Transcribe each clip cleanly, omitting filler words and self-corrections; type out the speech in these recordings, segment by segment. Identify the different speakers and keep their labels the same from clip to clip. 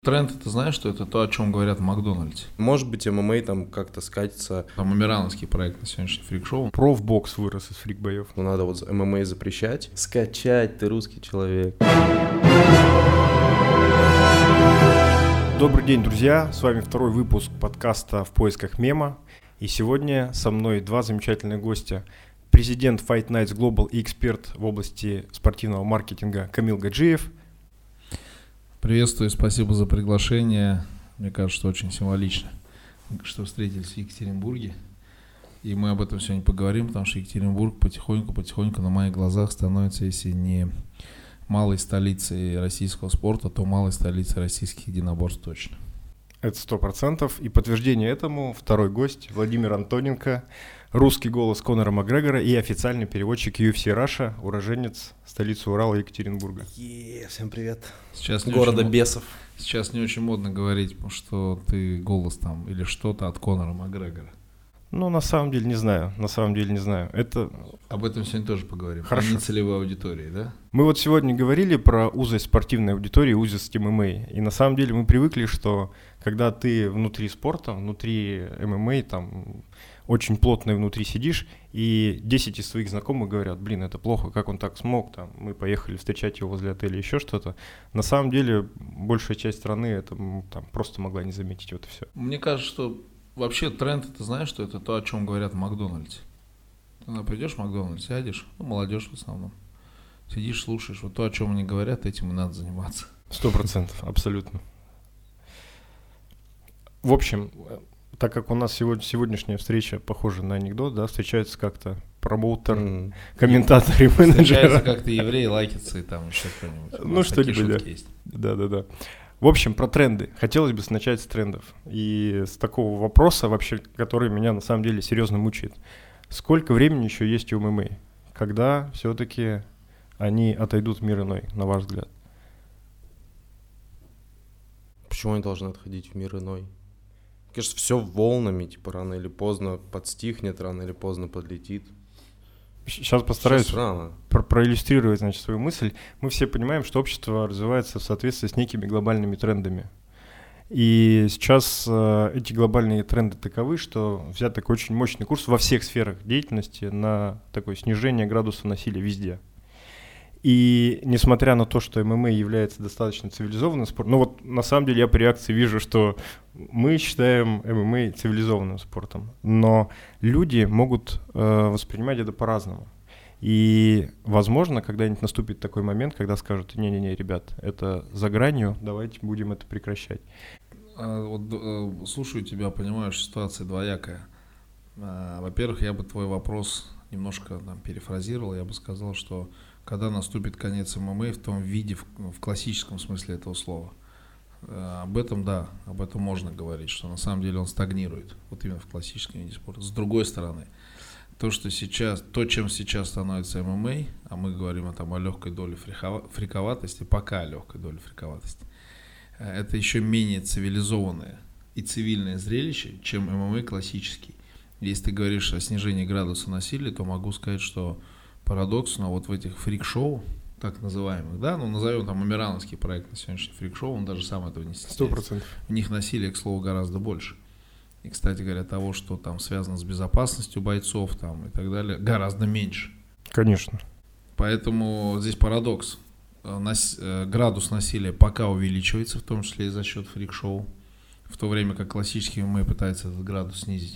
Speaker 1: Тренд, ты знаешь, что это то, о чем говорят в Макдональдсе?
Speaker 2: Может быть, ММА там как-то скатится.
Speaker 1: Там амирановский проект на сегодняшний фрик-шоу.
Speaker 3: Профбокс вырос из фрик-боев.
Speaker 2: Но надо вот ММА запрещать. Скачать, ты русский человек.
Speaker 3: Добрый день, друзья. С вами второй выпуск подкаста «В поисках мема». И сегодня со мной два замечательных гостя. Президент Fight Nights Global и эксперт в области спортивного маркетинга Камил Гаджиев.
Speaker 1: Приветствую, спасибо за приглашение. Мне кажется, что очень символично, что встретились в Екатеринбурге. И мы об этом сегодня поговорим, потому что Екатеринбург потихоньку на моих глазах становится, если не малой столицей российского спорта, то малой столицей российских единоборств точно.
Speaker 3: Это 100%. И подтверждение этому второй гость Владимир Антоненко, русский голос Конора Макгрегора и официальный переводчик UFC Russia, уроженец столицы Урала Екатеринбурга.
Speaker 2: Всем привет.
Speaker 1: Сейчас
Speaker 2: Города бесов.
Speaker 1: Сейчас не очень модно говорить, что ты голос там или что-то от Конора Макгрегора.
Speaker 3: Ну, на самом деле не знаю. Это...
Speaker 1: Об этом сегодня тоже поговорим.
Speaker 3: Хорошо.
Speaker 1: О нецелевой аудитории, да?
Speaker 3: Мы вот сегодня говорили про узость спортивной аудитории, узость ММА. И на самом деле мы привыкли, что когда ты внутри спорта, внутри ММА, там очень плотно внутри сидишь, и 10 из своих знакомых говорят: блин, это плохо, как он так смог, там, мы поехали встречать его возле отеля, еще что-то. На самом деле большая часть страны это там просто могла не заметить, вот и все.
Speaker 1: Мне кажется, что вообще тренд, ты знаешь, что это то, о чем говорят в Макдональдсе. Когда придешь в Макдональдс, сядешь, молодежь в основном, сидишь, слушаешь, вот то, о чем они говорят, этим и надо заниматься.
Speaker 3: 100%, абсолютно. В общем, так как у нас сегодняшняя встреча похожа на анекдот, да, встречаются как-то промоутер, комментатор и менеджер.
Speaker 1: Встречаются как-то евреи, лайкицы и там еще кто-нибудь.
Speaker 3: Ну, что-нибудь, да. Да. В общем, про тренды. Хотелось бы начать с трендов. И с такого вопроса вообще, который меня на самом деле серьезно мучает. Сколько времени еще есть у ММА? Когда все-таки они отойдут в мир иной, на ваш взгляд?
Speaker 2: Почему они должны отходить в мир иной? Кажется, все волнами, типа рано или поздно подстихнет, рано или поздно подлетит.
Speaker 3: Сейчас постараюсь проиллюстрировать, значит, свою мысль. Мы все понимаем, что общество развивается в соответствии с некими глобальными трендами. И сейчас эти глобальные тренды таковы, что взят такой очень мощный курс во всех сферах деятельности на такое снижение градуса насилия везде. И несмотря на то, что ММА является достаточно цивилизованным спортом, ну вот на самом деле я по реакции вижу, что мы считаем ММА цивилизованным спортом, но люди могут воспринимать это по-разному. И, возможно, когда-нибудь наступит такой момент, когда скажут: не-не-не, ребят, это за гранью, давайте будем это прекращать.
Speaker 1: Слушаю тебя, понимаю, что ситуация двоякая. Во-первых, я бы твой вопрос немножко перефразировал, я бы сказал, что когда наступит конец ММА в том виде, в классическом смысле этого слова, об этом можно говорить, что на самом деле он стагнирует, вот именно в классическом виде спорта. С другой стороны, то, чем сейчас становится ММА, а мы говорим о легкой доле фриковатости, пока легкой доле фриковатости, это еще менее цивилизованное и цивильное зрелище, чем ММА классический. Если ты говоришь о снижении градуса насилия, то могу сказать, что парадоксно вот в этих фрик-шоу, так называемых, да, назовем амирановский проект на сегодняшний фрик-шоу, он даже сам этого не стесняется.
Speaker 3: 100%.
Speaker 1: У них насилия, к слову, гораздо больше. И, кстати говоря, того, что там связано с безопасностью бойцов там, и так далее, гораздо меньше.
Speaker 3: Конечно.
Speaker 1: Поэтому здесь парадокс. Градус насилия пока увеличивается, в том числе и за счет фрик-шоу, в то время как классический ММА пытается этот градус снизить.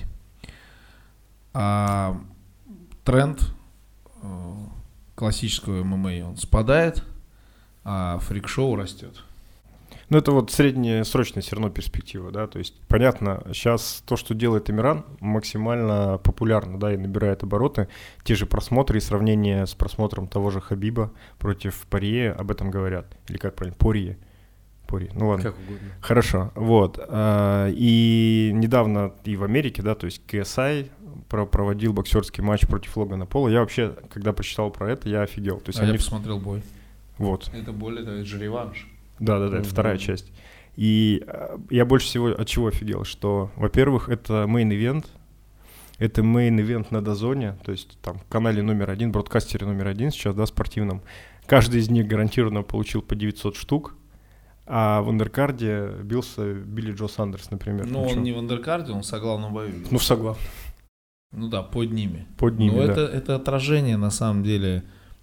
Speaker 1: А тренд классического ММА, он спадает, а фрик-шоу растет.
Speaker 3: Ну, это вот среднесрочная все равно перспектива, да, то есть, понятно, сейчас то, что делает Амиран, максимально популярно, да, и набирает обороты, те же просмотры и сравнение с просмотром того же Хабиба против Порье об этом говорят, или как правильно, Порье, ну ладно.
Speaker 2: Как угодно.
Speaker 3: Хорошо, вот, и недавно и в Америке, да, то есть KSI проводил боксерский матч против Логана Пола, я вообще, когда прочитал про это, я офигел. То есть
Speaker 1: я посмотрел бой.
Speaker 3: Вот.
Speaker 1: Это же реванш.
Speaker 3: Да, это вторая часть. И я больше всего от чего офигел, что, во-первых, это мейн-ивент на DAZN, то есть там в канале номер 1, бродкастере номер 1 сейчас, да, спортивном. Каждый из них гарантированно получил по 900 штук. а в андеркарде бился Билли Джо Сандерс, например.
Speaker 1: Ну, он не в андеркарде, он в соглавном бою.
Speaker 3: Ну, в соглавном.
Speaker 1: Ну да, под ними.
Speaker 3: Под ними,
Speaker 1: но
Speaker 3: да.
Speaker 1: это отражение, на самом деле,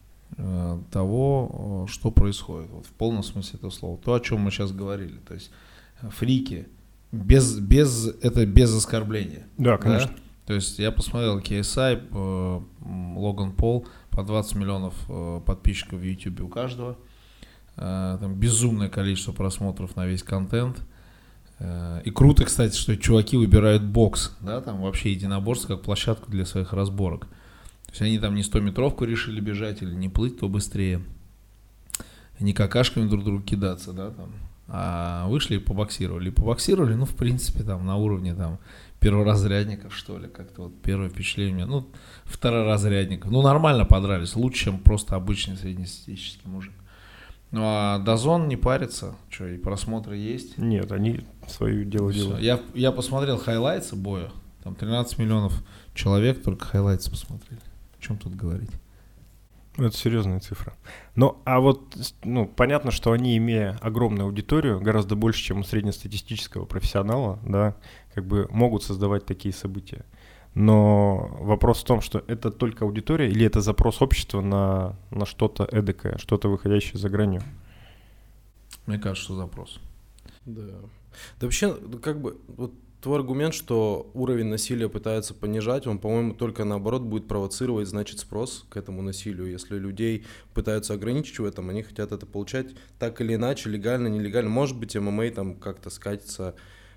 Speaker 1: того, что происходит. Вот, в полном смысле этого слова. То, о чем мы сейчас говорили. То есть фрики, без оскорбления.
Speaker 3: Да, конечно. Да?
Speaker 1: То есть я посмотрел KSI, Логан Пол, по 20 миллионов подписчиков в YouTube у каждого. Там безумное количество просмотров на весь контент. И круто, кстати, что чуваки выбирают бокс, да, там вообще единоборство как площадку для своих разборок. То есть они там не 100-метровку решили бежать или не плыть, то быстрее, не какашками друг другу кидаться, да, там, а вышли и побоксировали. И побоксировали, ну, в принципе, там, на уровне, там, перворазрядников, что ли, как-то вот первое впечатление у меня, ну, второразрядников. Ну, нормально подрались, лучше, чем просто обычный среднестатистический мужик. Ну, а DAZN не парится, что, и просмотры есть?
Speaker 3: Нет, они свое дело делают.
Speaker 1: Я посмотрел хайлайтсы боя, там 13 миллионов человек только хайлайтсы посмотрели. О чем тут говорить?
Speaker 3: Это серьезная цифра. Ну, а вот, ну, понятно, что они, имея огромную аудиторию, гораздо больше, чем у среднестатистического профессионала, да, как бы могут создавать такие события. Но вопрос в том, что это только аудитория или это запрос общества на что-то эдакое, что-то выходящее за гранью?
Speaker 1: Мне кажется, что запрос.
Speaker 2: Да. Да вообще, как бы, вот твой аргумент, что уровень насилия пытаются понижать, он, по-моему, только наоборот будет провоцировать, значит, спрос к этому насилию. Если людей пытаются ограничить в этом, они хотят это получать так или иначе, легально, нелегально. Может быть, ММА там как-то скатится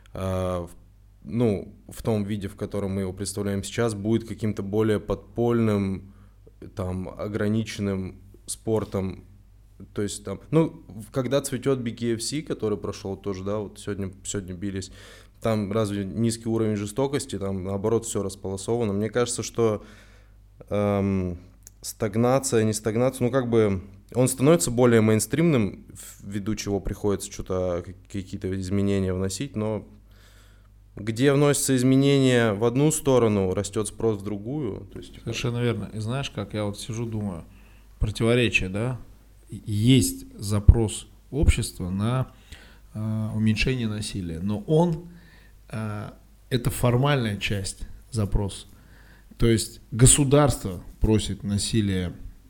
Speaker 2: в том виде, в котором мы его представляем сейчас, будет каким-то более подпольным, там, ограниченным спортом. То есть там, ну, когда цветет BKFC, который прошел тоже, да, вот сегодня бились, там разве низкий уровень жестокости, там, наоборот, все располосовано. Мне кажется, что стагнация, не стагнация, ну, как бы, он становится более мейнстримным, ввиду чего приходится что-то, какие-то изменения вносить, но где вносятся изменения в одну сторону, растет спрос в другую. То есть,
Speaker 1: совершенно верно. И знаешь, как я вот сижу, думаю, противоречие, да? Есть запрос общества на уменьшение насилия, но это формальная часть запроса. То есть государство просит насилие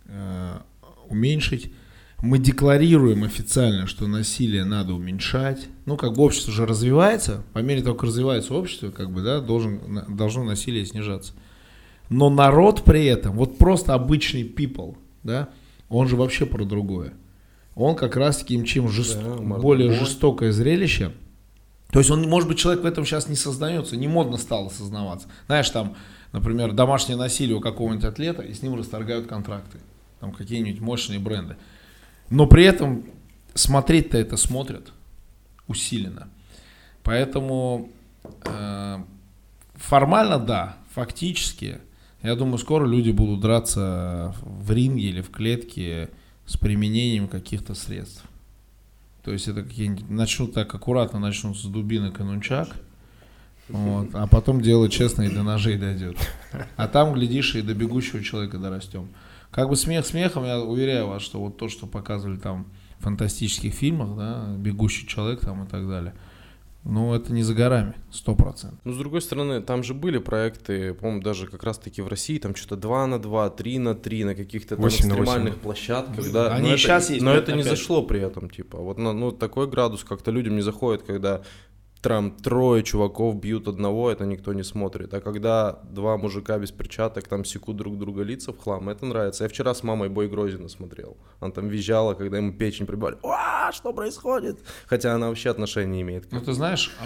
Speaker 1: уменьшить. Мы декларируем официально, что насилие надо уменьшать. Ну, как бы общество уже развивается. По мере того, как развивается общество, как бы, да, должно насилие снижаться. Но народ при этом, вот просто обычный people, да, он же вообще про другое. Он как раз-таки чем более жестокое зрелище. То есть он, может быть, человек в этом сейчас не сознается, не модно стало сознаваться. Знаешь, там, например, домашнее насилие у какого-нибудь атлета, и с ним расторгают контракты. Там какие-нибудь мощные бренды. Но при этом смотреть-то это смотрят усиленно. Поэтому формально да, фактически, я думаю, скоро люди будут драться в ринге или в клетке с применением каких-то средств. То есть это какие-нибудь, аккуратно начнут с дубинок и нунчак, вот, а потом дело честно и до ножей дойдет. А там, глядишь, и до бегущего человека дорастем. Как бы смех смехом, я уверяю вас, что вот то, что показывали там в фантастических фильмах, да, бегущий человек там и так далее, ну, это не за горами, 100%.
Speaker 2: Ну, с другой стороны, там же были проекты, по-моему, даже как раз-таки в России, там что-то 2 на 2, 3 на 3, на каких-то там экстремальных площадках, да.
Speaker 1: Они но сейчас есть.
Speaker 2: Но это не зашло при этом, типа, вот, ну, такой градус как-то людям не заходит, когда там 3 чуваков бьют одного, это никто не смотрит. А когда 2 мужика без перчаток там секут друг друга лица в хлам, это нравится. Я вчера с мамой Бой Грозина смотрел. Она там визжала, когда ему печень прибивали. Что происходит? Хотя она вообще отношения не имеет.
Speaker 1: Ну, ты знаешь,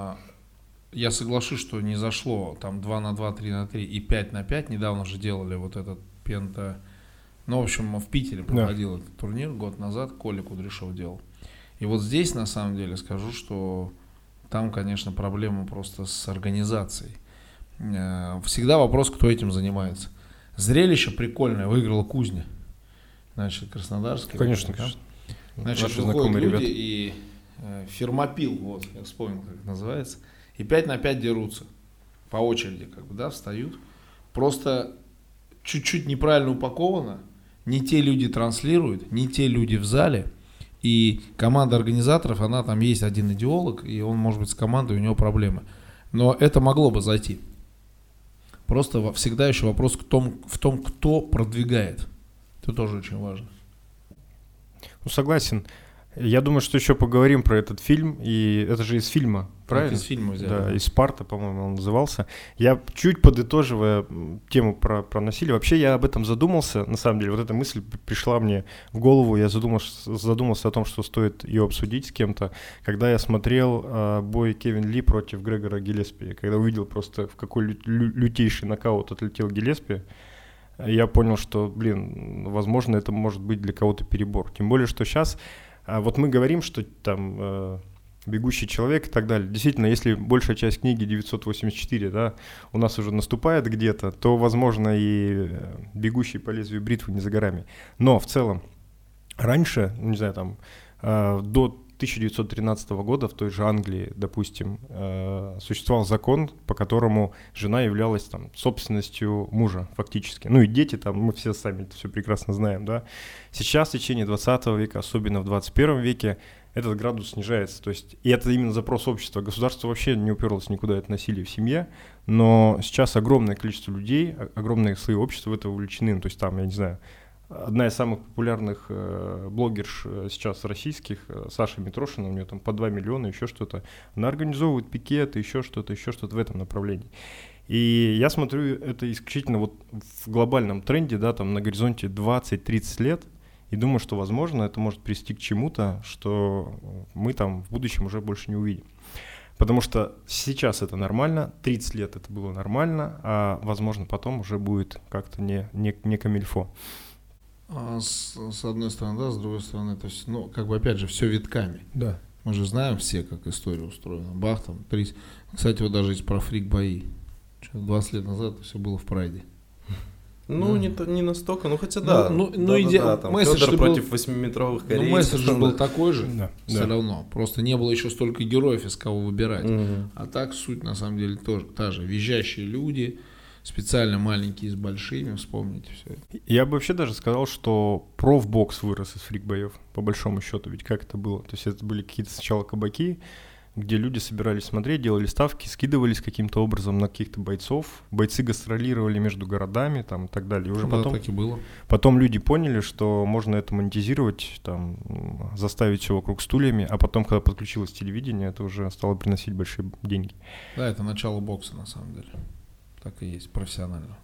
Speaker 1: я соглашусь, что не зашло там 2 на 2, 3 на 3 и 5 на 5. Недавно же делали вот этот пента. Ну, в общем, в Питере проходил этот турнир год назад. Коля Кудряшов делал. И вот здесь, на самом деле, скажу, что там, конечно, проблема просто с организацией. Всегда вопрос, кто этим занимается. Зрелище прикольное, выиграла Кузня. Значит, Краснодарская.
Speaker 3: Конечно, конечно.
Speaker 1: Значит, выходят люди ребята. И фермопил, вот, я вспомнил, как это называется, и 5 на 5 дерутся. По очереди, как бы, да, встают. Просто чуть-чуть неправильно упаковано. Не те люди транслируют, не те люди в зале. И команда организаторов, она там есть один идеолог, и он, может быть, с командой, у него проблемы. Но это могло бы зайти. Просто всегда еще вопрос в том, кто продвигает. Это тоже очень важно.
Speaker 3: Ну, согласен. Я думаю, что еще поговорим про этот фильм, и это же из фильма, правильно?
Speaker 1: Из фильма взяли.
Speaker 3: Да, из «Спарта», по-моему, он назывался. Я чуть подытоживая тему про насилие, вообще я об этом задумался, на самом деле, вот эта мысль пришла мне в голову, я задумался о том, что стоит ее обсудить с кем-то, когда я смотрел бой Кевин Ли против Грегора Гиллеспи, когда увидел просто, в какой лютейший нокаут отлетел Гиллеспи, я понял, что, возможно, это может быть для кого-то перебор. Тем более, что сейчас... вот мы говорим, что там «Бегущий человек» и так далее. Действительно, если большая часть книги 984, да, у нас уже наступает где-то, то, возможно, и «Бегущий по лезвию бритвы» не за горами. Но в целом, раньше, не знаю, там, до 1913 года в той же Англии, допустим, существовал закон, по которому жена являлась там собственностью мужа фактически. Ну и дети там, мы все сами это все прекрасно знаем, да. Сейчас в течение 20 века, особенно в 21 веке, этот градус снижается. То есть, и это именно запрос общества. Государство вообще не уперлось никуда, это насилие в семье, но сейчас огромное количество людей, огромные слои общества в это увлечены. То есть там, я не знаю, одна из самых популярных блогерш сейчас российских, Саша Митрошина, у нее там по 2 миллиона, еще что-то. Она организовывает пикеты, еще что-то в этом направлении. И я смотрю это исключительно вот в глобальном тренде, да, там на горизонте 20-30 лет, и думаю, что, возможно, это может привести к чему-то, что мы там в будущем уже больше не увидим. Потому что сейчас это нормально, 30 лет это было нормально, а, возможно, потом уже будет как-то не камильфо.
Speaker 1: С одной стороны, да, с другой стороны, то есть, ну, как бы, опять же, все витками.
Speaker 3: Да.
Speaker 1: Мы же знаем все, как история устроена. Бах, там, 30. Кстати, вот даже есть про фрик-бои. 20 лет назад это все было в Прайде.
Speaker 2: Ну, да. не настолько, ну хотя да.
Speaker 1: Там
Speaker 2: Федор против 8-метровых корейцев.
Speaker 1: Ну, месседж же был такой же,
Speaker 3: да,
Speaker 1: все равно. Просто не было еще столько героев, из кого выбирать. А так суть, на самом деле, тоже та же. Визжащие люди, специально маленькие с большими, вспомните все.
Speaker 3: Я бы вообще даже сказал, что профбокс вырос из фрик-боев, по большому счету. Ведь как это было? То есть это были какие-то сначала кабаки, где люди собирались смотреть, делали ставки, скидывались каким-то образом на каких-то бойцов. Бойцы гастролировали между городами там, и так далее. И уже потом,
Speaker 1: так и было.
Speaker 3: Потом люди поняли, что можно это монетизировать, там, заставить все вокруг стульями, а потом, когда подключилось телевидение, это уже стало приносить большие деньги.
Speaker 1: Да, это начало бокса, на самом деле. Так и есть, профессионально.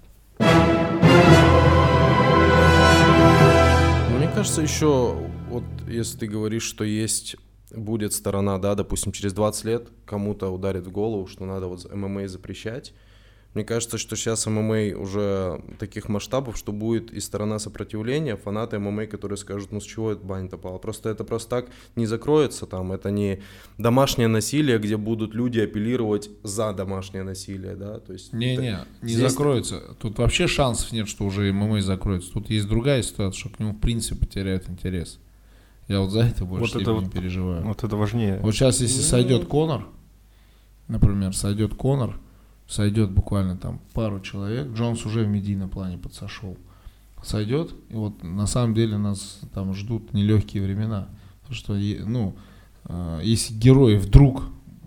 Speaker 2: Мне кажется, еще, вот если ты говоришь, что будет сторона, да, допустим, через 20 лет кому-то ударит в голову, что надо вот ММА запрещать. Мне кажется, что сейчас ММА уже таких масштабов, что будет и сторона сопротивления, фанаты ММА, которые скажут, ну с чего эта баня-то пала? Просто так не закроется там, это не домашнее насилие, где будут люди апеллировать за домашнее насилие, да, то есть...
Speaker 1: Не закроется. Тут вообще шансов нет, что уже ММА закроется. Тут есть другая ситуация, что к нему в принципе потеряют интерес. Я вот за это больше не переживаю.
Speaker 3: Вот это важнее.
Speaker 1: Вот сейчас, если сойдет Конор, например, сойдет буквально там пару человек, Джонс уже в медийном плане подсошел, сойдет, и вот на самом деле нас там ждут нелегкие времена. Потому что, ну, если герои вдруг,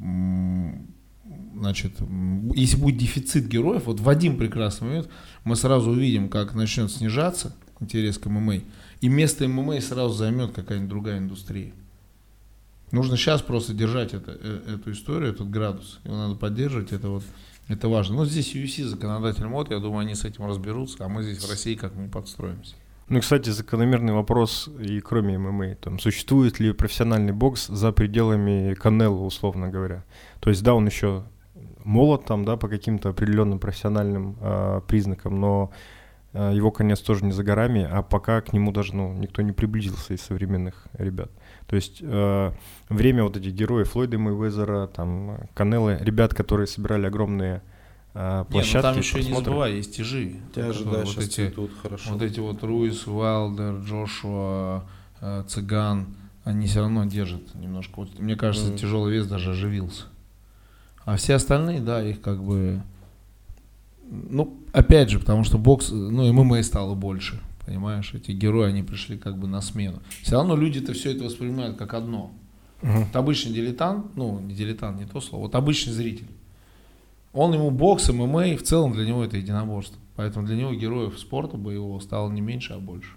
Speaker 1: значит, если будет дефицит героев, вот в один прекрасный момент мы сразу увидим, как начнет снижаться интерес к ММА, и место ММА сразу займет какая-нибудь другая индустрия. Нужно сейчас просто держать эту историю, этот градус. Его надо поддерживать, это важно. Но здесь UFC законодательный мод, я думаю, они с этим разберутся, а мы здесь в России как-нибудь подстроимся.
Speaker 3: Ну, кстати, закономерный вопрос, и кроме ММА, там, существует ли профессиональный бокс за пределами Канело, условно говоря? То есть, да, он еще молод там, да, по каким-то определенным профессиональным признакам, но его конец тоже не за горами, а пока к нему даже никто не приблизился из современных ребят. То есть время вот этих героев Флойда Мейвезера, там, Канело, ребят, которые собирали огромные площадки.
Speaker 1: Там еще не забывай, есть тяжи.
Speaker 2: Тяжи, да, сейчас цветут хорошо.
Speaker 1: Вот эти вот Руис, Уайлдер, Джошуа, Цыган, они все равно держат немножко. Вот, мне кажется, тяжелый вес даже оживился. А все остальные, да, их как бы... Ну, опять же, потому что бокс, ММА стало больше. Понимаешь, эти герои, они пришли как бы на смену. Все равно люди-то все это воспринимают как одно. Вот обычный дилетант, не дилетант, не то слово, вот обычный зритель. Он ему бокс, ММА, в целом для него это единоборство. Поэтому для него героев спорта боевого стало не меньше, а больше.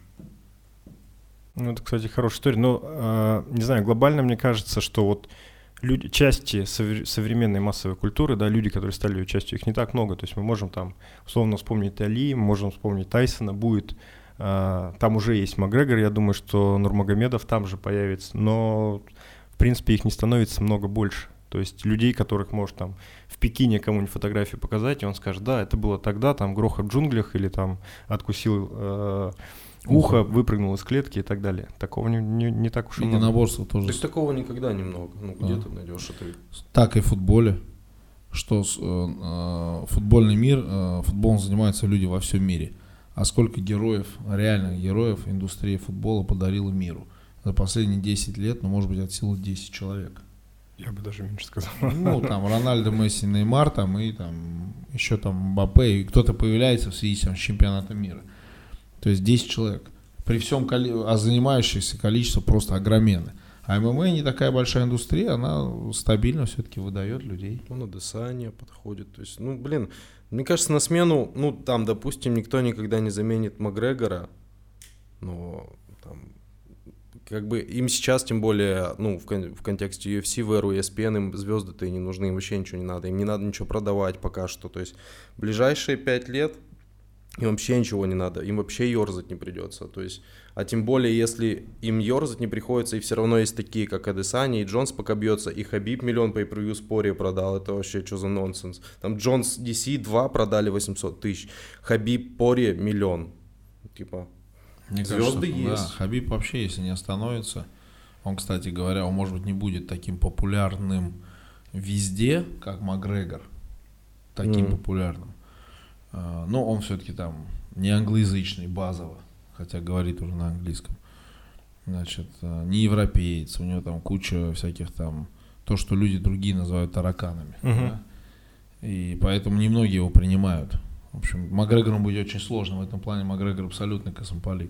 Speaker 3: Ну, это, кстати, хорошая история. Но, не знаю, глобально мне кажется, что вот люди, части современной массовой культуры, да, люди, которые стали ее частью, их не так много. То есть мы можем там условно вспомнить Али, мы можем вспомнить Тайсона, будет, там уже есть Макгрегор, я думаю, что Нурмагомедов там же появится, но в принципе их не становится много больше. То есть людей, которых может там в Пекине кому-нибудь фотографию показать, и он скажет, да, это было тогда, там грохот в джунглях, или там откусил ухо, выпрыгнул из клетки и так далее. Такого не так уж и много.
Speaker 1: Единоборство тоже.
Speaker 2: Так такого никогда немного. Ну, где ты найдешь это?
Speaker 1: Так и в футболе. Что футбольный мир, футболом занимаются люди во всем мире. А сколько героев, реальных героев индустрия футбола подарила миру? За последние 10 лет, может быть, от силы 10 человек.
Speaker 3: Я бы даже меньше сказал.
Speaker 1: Ну, там Рональдо, Месси, Неймар, там и там еще там Мбаппе, и кто-то появляется в связи с чемпионатом мира. То есть 10 человек. При всем занимающихся количество просто огроменное. А ММА не такая большая индустрия, она стабильно все-таки выдает людей.
Speaker 2: Ну, Адесanya подходит. То есть, мне кажется, на смену, там, допустим, никто никогда не заменит Макгрегора, но там, как бы им сейчас, тем более, в контексте UFC, в эру ESPN, им звезды-то и не нужны, им вообще ничего не надо, им не надо ничего продавать пока что. То есть, ближайшие 5 лет им вообще ничего не надо, им вообще ерзать не придется. То есть, а тем более, если им ерзать не приходится, и все равно есть такие, как Адесanya, и Джонс пока бьется, и Хабиб миллион pay-per-view споре продал, это вообще что за нонсенс. Там Джонс DC 2 продали 800 тысяч, Хабиб Поре миллион. Типа,
Speaker 1: мне
Speaker 2: звезды
Speaker 1: кажется,
Speaker 2: есть.
Speaker 1: Да, Хабиб вообще, если не остановится, он, кстати говоря, он, может быть, не будет таким популярным везде, как Макгрегор, таким популярным. Но он все-таки там не англоязычный, базово, хотя говорит уже на английском. Значит, не европеец, у него там куча всяких там, то, что люди другие называют тараканами. Да? И поэтому немногие его принимают. В общем, Макгрегору будет очень сложно, в этом плане Макгрегор абсолютный космополит.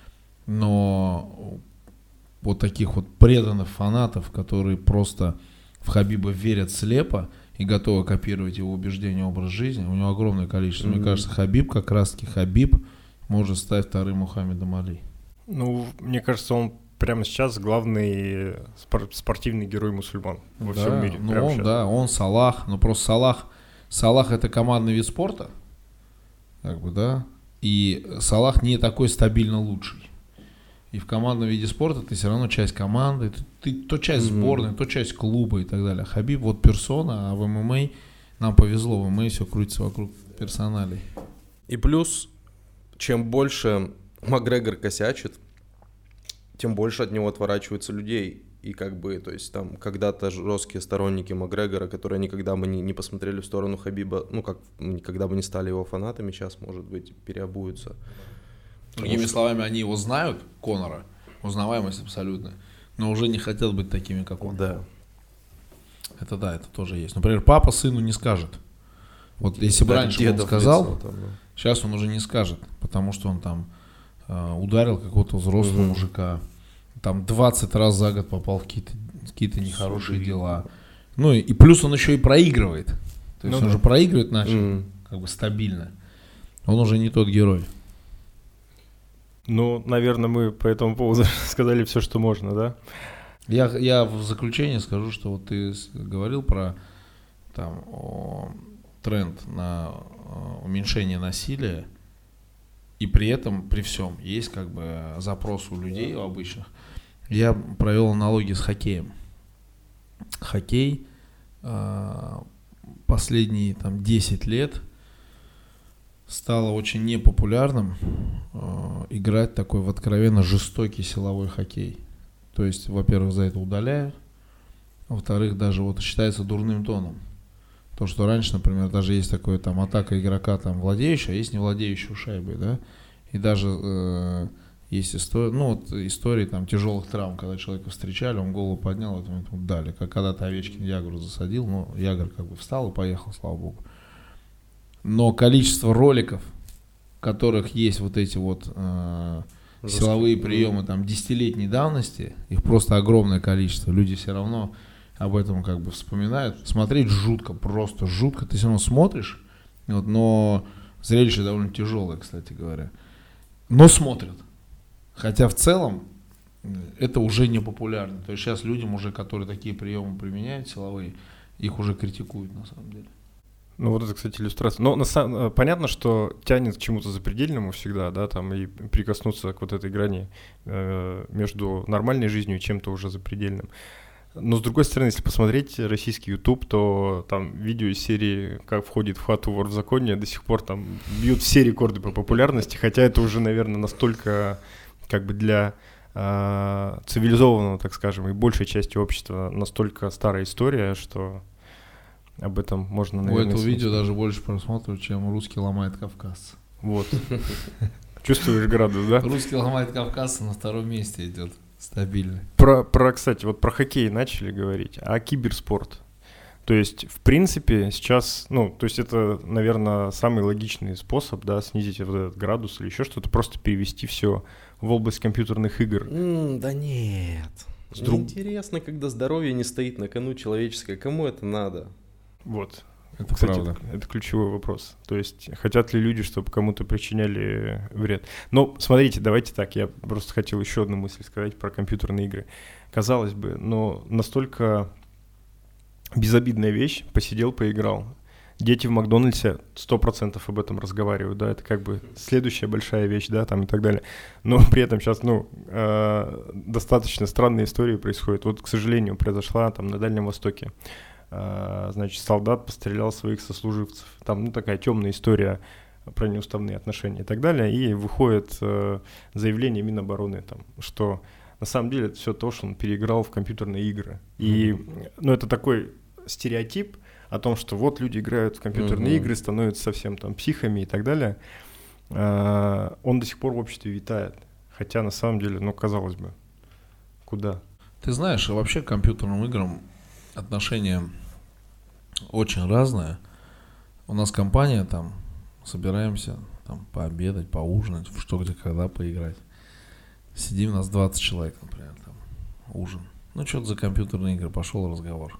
Speaker 1: Но вот таких вот преданных фанатов, которые просто в Хабиба верят слепо и готовы копировать его убеждения, образ жизни, у него огромное количество. Мне кажется, Хабиб, как раз-таки Хабиб, может стать вторым Мухаммедом Али.
Speaker 3: Ну, мне кажется, он прямо сейчас главный спортивный герой мусульман во всем мире.
Speaker 1: Он Салах, но просто Салах это командный вид спорта, как бы, да, и Салах не такой стабильно лучший. И в командном виде спорта ты все равно часть команды, ты то часть сборной, то часть клуба и так далее. Хабиб вот персона, а в ММА нам повезло, в ММА все крутится вокруг персоналей.
Speaker 2: И плюс, чем больше Макгрегор косячит, тем больше от него отворачиваются людей. И как бы, то есть там когда-то жесткие сторонники Макгрегора, которые никогда бы не посмотрели в сторону Хабиба, никогда бы не стали его фанатами, сейчас, может быть, переобуются.
Speaker 1: Другими словами, они его знают, Конора, узнаваемость абсолютная, но уже не хотят быть такими, как он.
Speaker 2: Да.
Speaker 1: Это тоже есть. Например, папа сыну не скажет. Вот если бы раньше он сказал, сейчас он уже не скажет, потому что он там ударил какого-то взрослого мужика, там 20 раз за год попал в какие-то нехорошие дела. Ну и плюс он еще и проигрывает. То есть он же проигрывает начал, как бы стабильно. Он уже не тот герой.
Speaker 3: Ну, наверное, мы по этому поводу сказали все, что можно, да?
Speaker 1: Я в заключение скажу, что вот ты говорил про тренд на уменьшение насилия, и при этом, при всем, есть как бы запрос у людей, у обычных. Я провел аналогии с хоккеем. Хоккей последние 10 лет стало очень непопулярным играть такой в откровенно жестокий силовой хоккей. То есть, во-первых, за это удаляют, во-вторых, даже вот считается дурным тоном. То, что раньше, например, даже есть такое атака игрока владеющая, а есть не владеющего шайбой, да, и даже есть истории тяжелых травм, когда человека встречали, он голову поднял, дали, как когда-то Овечкин Ягру засадил, но Ягр как бы встал и поехал, слава богу. Но количество роликов, которых есть вот эти вот силовые приемы там 10-летней давности, их просто огромное количество. Люди все равно об этом как бы вспоминают. Смотреть жутко, просто жутко. Ты все равно смотришь, вот, но зрелище довольно тяжелое, кстати говоря. Но смотрят. Хотя в целом это уже не популярно. То есть сейчас людям уже, которые такие приемы применяют, силовые, их уже критикуют на самом деле.
Speaker 3: Ну вот это, кстати, иллюстрация. Но понятно, что тянет к чему-то запредельному всегда, да, там и прикоснуться к вот этой грани между нормальной жизнью и чем-то уже запредельным. Но с другой стороны, если посмотреть российский YouTube, то там видео из серии «Как входит в хату вор в законе» до сих пор там бьют все рекорды по популярности, хотя это уже, наверное, настолько как бы для цивилизованного, так скажем, и большей части общества настолько старая история, что об этом можно, наверное...
Speaker 1: У этого видео даже больше просмотров, чем «Русский ломает кавказца».
Speaker 3: Вот. Чувствуешь градус, да?
Speaker 1: «Русский ломает кавказца» на втором месте идет. Стабильно.
Speaker 3: Кстати, вот про хоккей начали говорить, а киберспорт? То есть, в принципе, сейчас, то есть это, наверное, самый логичный способ, да, снизить вот этот градус или еще что-то, просто перевести все в область компьютерных игр.
Speaker 2: Да нет. Интересно, когда здоровье не стоит на кону человеческое, кому это надо?
Speaker 3: Вот.
Speaker 1: Это
Speaker 3: кстати,
Speaker 1: правда.
Speaker 3: Это ключевой вопрос. То есть, хотят ли люди, чтобы кому-то причиняли вред? Но, смотрите, давайте так, я просто хотел еще одну мысль сказать про компьютерные игры. Казалось бы, но настолько безобидная вещь, посидел, поиграл. Дети в Макдональдсе 100% об этом разговаривают, да, это как бы следующая большая вещь, да, там и так далее. Но при этом сейчас, достаточно странные истории происходят. Вот, к сожалению, произошла там на Дальнем Востоке. Значит, солдат пострелял своих сослуживцев. Там, такая темная история про неуставные отношения и так далее. И выходит заявление Минобороны, там, что на самом деле это все то, что он переиграл в компьютерные игры. И, это такой стереотип о том, что вот люди играют в компьютерные игры, становятся совсем там психами и так далее. Он до сих пор в обществе витает. Хотя, на самом деле, казалось бы, куда?
Speaker 1: Ты знаешь, вообще к компьютерным играм отношение очень разное. У нас компания, там, собираемся там пообедать, поужинать, в что, где, когда поиграть. Сидим, у нас 20 человек, например, там, ужин. Что-то за компьютерные игры, пошел разговор.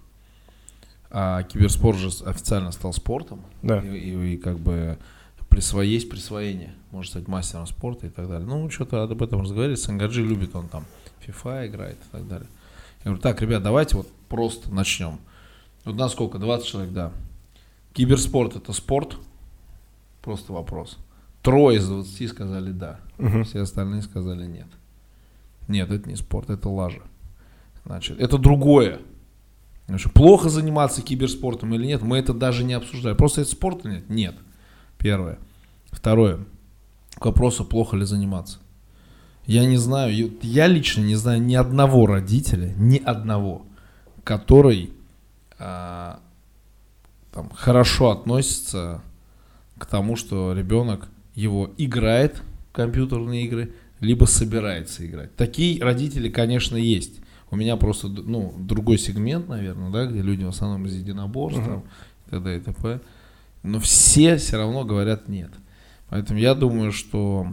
Speaker 1: А киберспорт же официально стал спортом.
Speaker 3: Да.
Speaker 1: И как бы есть присвоение. Может стать мастером спорта и так далее. Что-то об этом разговаривали. Сангаджи любит, он там FIFA играет и так далее. Я говорю, так, ребят, давайте вот просто начнем. Вот нас сколько? 20 человек, да. Киберспорт — это спорт? Просто вопрос. 3 из 20 сказали да. Все остальные сказали нет. Нет, это не спорт, это лажа. Значит, это другое. Значит, плохо заниматься киберспортом или нет, мы это даже не обсуждали. Просто это спорт или нет? Нет. Первое. Второе. К вопросу, плохо ли заниматься. Я не знаю, я лично не знаю ни одного родителя, который хорошо относится к тому, что ребенок его играет в компьютерные игры, либо собирается играть. Такие родители, конечно, есть. У меня просто другой сегмент, наверное, да, где люди в основном из единоборств, и т.д. и т.п. Но все равно говорят нет. Поэтому я думаю, что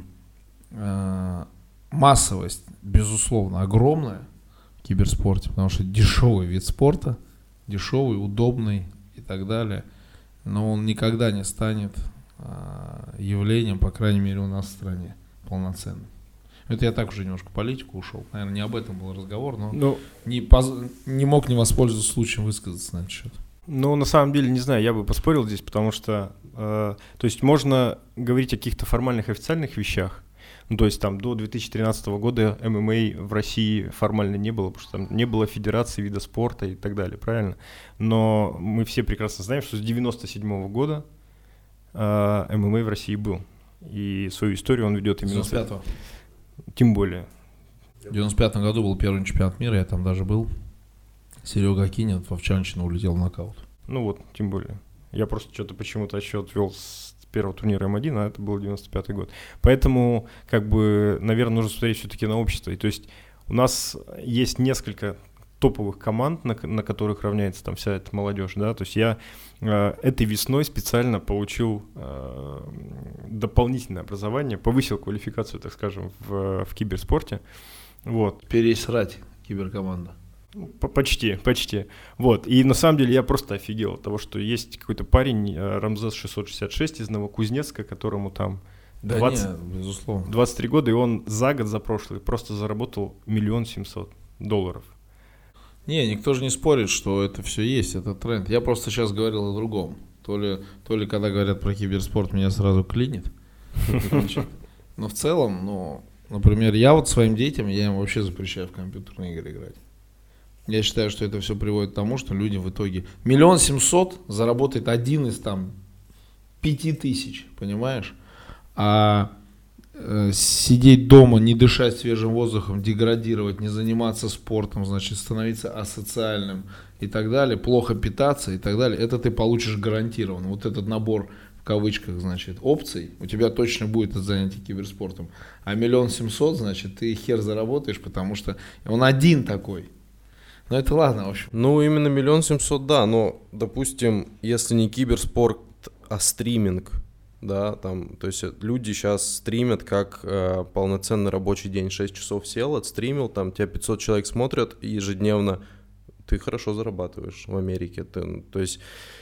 Speaker 1: массовость, безусловно, огромная в киберспорте, потому что дешевый вид спорта, дешевый, удобный и так далее, но он никогда не станет явлением, по крайней мере, у нас в стране полноценным. Это я так уже немножко в политику ушел. Наверное, не об этом был разговор, но не мог не воспользоваться случаем высказаться на этот счет.
Speaker 3: На самом деле, не знаю, я бы поспорил здесь, потому что, то есть можно говорить о каких-то формальных официальных вещах, то есть там до 2013 года ММА в России формально не было, потому что там не было федерации вида спорта и так далее, правильно? Но мы все прекрасно знаем, что с 1997 года ММА в России был, и свою историю он ведет именно...
Speaker 1: 95-го.
Speaker 3: Тем более.
Speaker 1: В 95 году был первый чемпионат мира, я там даже был. Серега Акинин в Овчанщину улетел в нокаут.
Speaker 3: Тем более. Я просто что-то почему-то отсчет вел с первого турнира М1, а это был 95-й год. Поэтому, наверное, нужно смотреть все-таки на общество. И, то есть у нас есть несколько топовых команд, на которых равняется там вся эта молодежь, да, то есть я этой весной специально получил дополнительное образование, повысил квалификацию, так скажем, в киберспорте, вот.
Speaker 1: Пересрать киберкоманда.
Speaker 3: Почти. Вот. И на самом деле я просто офигел от того, что есть какой-то парень, Рамзес 666 из Новокузнецка, которому там 23 года, и он за год, за прошлый, просто заработал $1 700 000.
Speaker 1: Не, никто же не спорит, что это все есть, это тренд. Я просто сейчас говорил о другом. То ли когда говорят про киберспорт, меня сразу клинит. Но в целом, например, я вот своим детям, я им вообще запрещаю в компьютерные игры играть. Я считаю, что это все приводит к тому, что люди в итоге... 1 700 000 заработает один из там 5000, понимаешь? А сидеть дома, не дышать свежим воздухом, деградировать, не заниматься спортом, значит, становиться асоциальным и так далее, плохо питаться и так далее, это ты получишь гарантированно. Вот этот набор, в кавычках, значит, опций, у тебя точно будет от занятия киберспортом. А 1 700 000, значит, ты хер заработаешь, потому что он один такой. Ну это ладно, в общем.
Speaker 2: Ну именно 1 700 000, да, но, допустим, если не киберспорт, а стриминг, да, там, то есть люди сейчас стримят как полноценный рабочий день, 6 часов сел, отстримил, там тебя 500 человек смотрят ежедневно, ты хорошо зарабатываешь в Америке, то есть,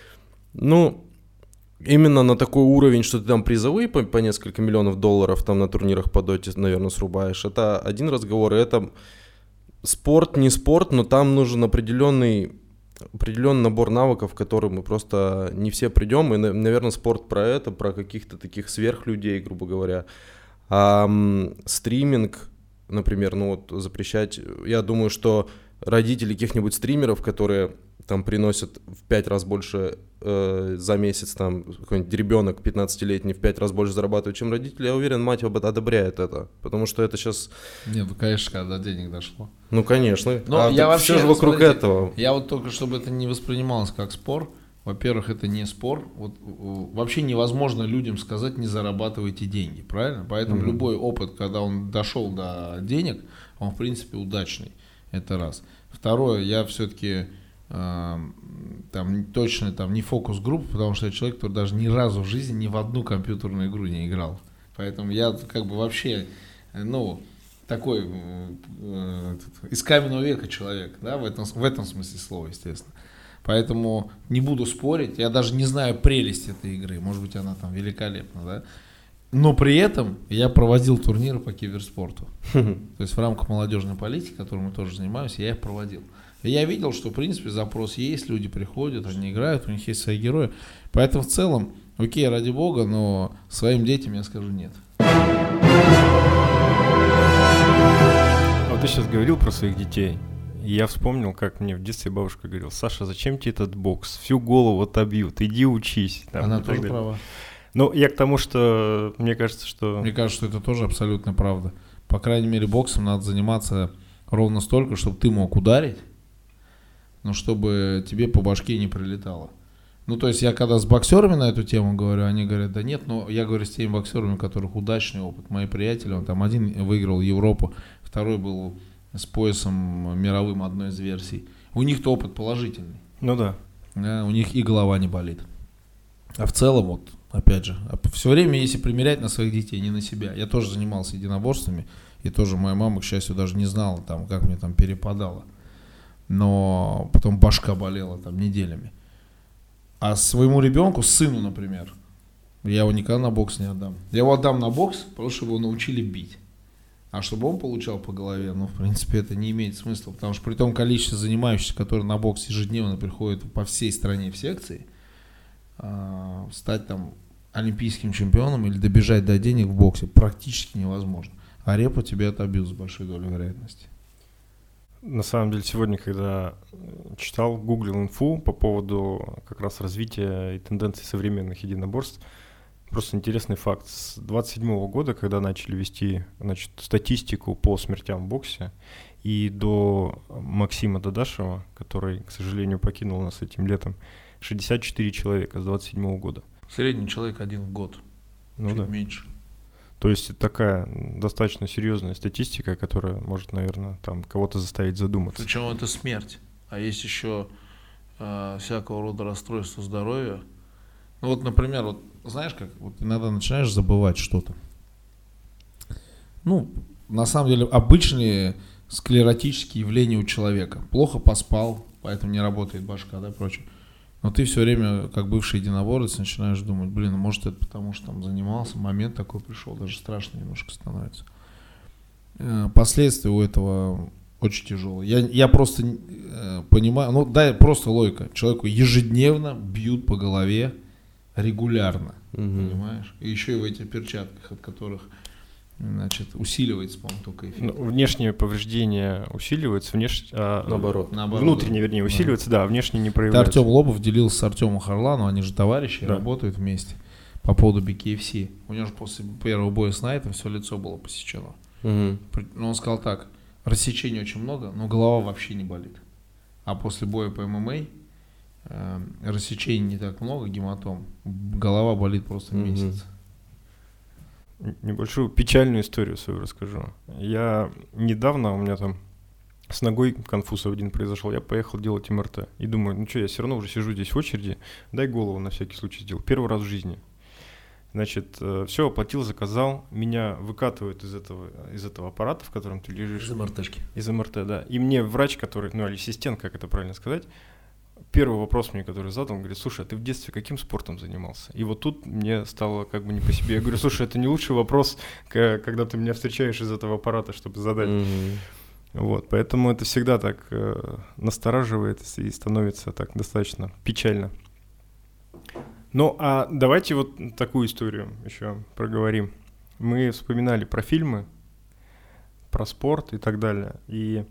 Speaker 2: именно на такой уровень, что ты там призовые по несколько миллионов долларов там на турнирах по доте, наверное, срубаешь, это один разговор, и это спорт, не спорт, но там нужен определенный набор навыков, к которым мы просто не все придем. И, наверное, спорт про это, про каких-то таких сверхлюдей, грубо говоря. А стриминг, например, запрещать. Я думаю, что родители каких-нибудь стримеров, которые там приносят в 5 раз больше за месяц, там какой-нибудь ребенок 15-летний в 5 раз больше зарабатывает, чем родители, я уверен, мать одобряет это, потому что это сейчас...
Speaker 1: Нет, конечно, когда до денег дошло.
Speaker 2: Ну, конечно.
Speaker 1: Но я вообще,
Speaker 2: все же вокруг этого.
Speaker 1: Я вот только, чтобы это не воспринималось как спор, во-первых, это не спор, вот вообще невозможно людям сказать, не зарабатывайте деньги, правильно? Поэтому любой опыт, когда он дошел до денег, он, в принципе, удачный, это раз. Второе, я все-таки... там точно там не фокус-группа, потому что я человек, который даже ни разу в жизни ни в одну компьютерную игру не играл. Поэтому я как бы вообще, такой из каменного века человек, да, в этом смысле слова, естественно. Поэтому не буду спорить, я даже не знаю прелесть этой игры, может быть, она там великолепна, да. Но при этом я проводил турниры по киберспорту. То есть в рамках молодежной политики, которой мы тоже занимаемся, я их проводил. И я видел, что, в принципе, запрос есть, люди приходят, они играют, у них есть свои герои. Поэтому в целом, окей, ради бога, но своим детям я скажу нет.
Speaker 3: Вот ты сейчас говорил про своих детей. И я вспомнил, как мне в детстве бабушка говорила: Саша, зачем тебе этот бокс? Всю голову отобьют, иди учись. Там,
Speaker 1: она тоже права.
Speaker 3: Ну, я к тому, что мне кажется, что
Speaker 1: это тоже абсолютно правда. По крайней мере, боксом надо заниматься ровно столько, чтобы ты мог ударить, но чтобы тебе по башке не прилетало. Ну, то есть я когда с боксерами на эту тему говорю, они говорят, да нет, но я говорю с теми боксерами, у которых удачный опыт. Мои приятели, он там один выиграл Европу, второй был с поясом мировым одной из версий. У них-то опыт положительный.
Speaker 3: Ну да.
Speaker 1: Да, у них и голова не болит. А в целом, вот, опять же, все время, если примерять на своих детей, не на себя. Я тоже занимался единоборствами, и тоже моя мама, к счастью, даже не знала, там, как мне там перепадало. Но потом башка болела там неделями. А своему ребенку, сыну, например, я его никогда на бокс не отдам. Я его отдам на бокс, потому что его научили бить. А чтобы он получал по голове, в принципе, это не имеет смысла. Потому что при том количестве занимающихся, которые на бокс ежедневно приходят по всей стране в секции, стать там олимпийским чемпионом или добежать до денег в боксе практически невозможно. А репу тебе отобьют с большой долей вероятности.
Speaker 3: На самом деле, сегодня, когда читал, гуглил инфу по поводу как раз развития и тенденций современных единоборств, просто интересный факт. С 27 года, когда начали вести, статистику по смертям в боксе, и до Максима Дадашева, который, к сожалению, покинул нас этим летом, 64 человека с 27 года.
Speaker 1: Средний человек один в год. Чуть меньше.
Speaker 3: То есть это такая достаточно серьезная статистика, которая может, наверное, там кого-то заставить задуматься.
Speaker 1: Причем это смерть. А есть еще всякого рода расстройства здоровья. Ну вот, например, вот знаешь как, вот иногда начинаешь забывать что-то. Ну, на самом деле, обычные склеротические явления у человека. Плохо поспал, поэтому не работает башка, да, прочее. Но ты все время, как бывший единоборец, начинаешь думать, блин, может это потому, что там занимался, момент такой пришел, даже страшно немножко становится. Последствия у этого очень тяжелые. Я просто понимаю, ну да, просто логика. Человеку ежедневно бьют по голове регулярно, понимаешь? И еще и в этих перчатках, от которых, значит, усиливается, по-моему, только эффект.
Speaker 3: Ну, внешние повреждения усиливаются,
Speaker 2: наоборот.
Speaker 3: Внутренние, вернее, усиливаются, да, внешне не проявляются.
Speaker 1: Артем Лобов делился с Артемом Харлановым, они же товарищи, да, работают вместе по поводу BKFC. У него же после первого боя с Найтом все лицо было посечено. Но он сказал так, рассечений очень много, но голова вообще не болит. А после боя по ММА рассечений не так много, гематом, голова болит просто месяц.
Speaker 3: Небольшую печальную историю свою расскажу. Я недавно, у меня там с ногой конфуз один произошел, я поехал делать МРТ. И думаю, ну что, я все равно уже сижу здесь в очереди, дай голову на всякий случай сделал. Первый раз в жизни. Значит, все, оплатил, заказал, меня выкатывают из этого аппарата, в котором ты лежишь.
Speaker 1: Из МРТшки.
Speaker 3: Из МРТ, да. И мне врач, который, ну, ассистент, как это правильно сказать, первый вопрос мне, который задал, он говорит, слушай, а ты в детстве каким спортом занимался? И вот тут мне стало как бы не по себе. Я говорю, слушай, это не лучший вопрос, когда ты меня встречаешь из этого аппарата, чтобы задать. Вот, поэтому это всегда так настораживает и становится так достаточно печально. Ну, а давайте вот такую историю еще проговорим. Мы вспоминали про фильмы, про спорт и так далее. И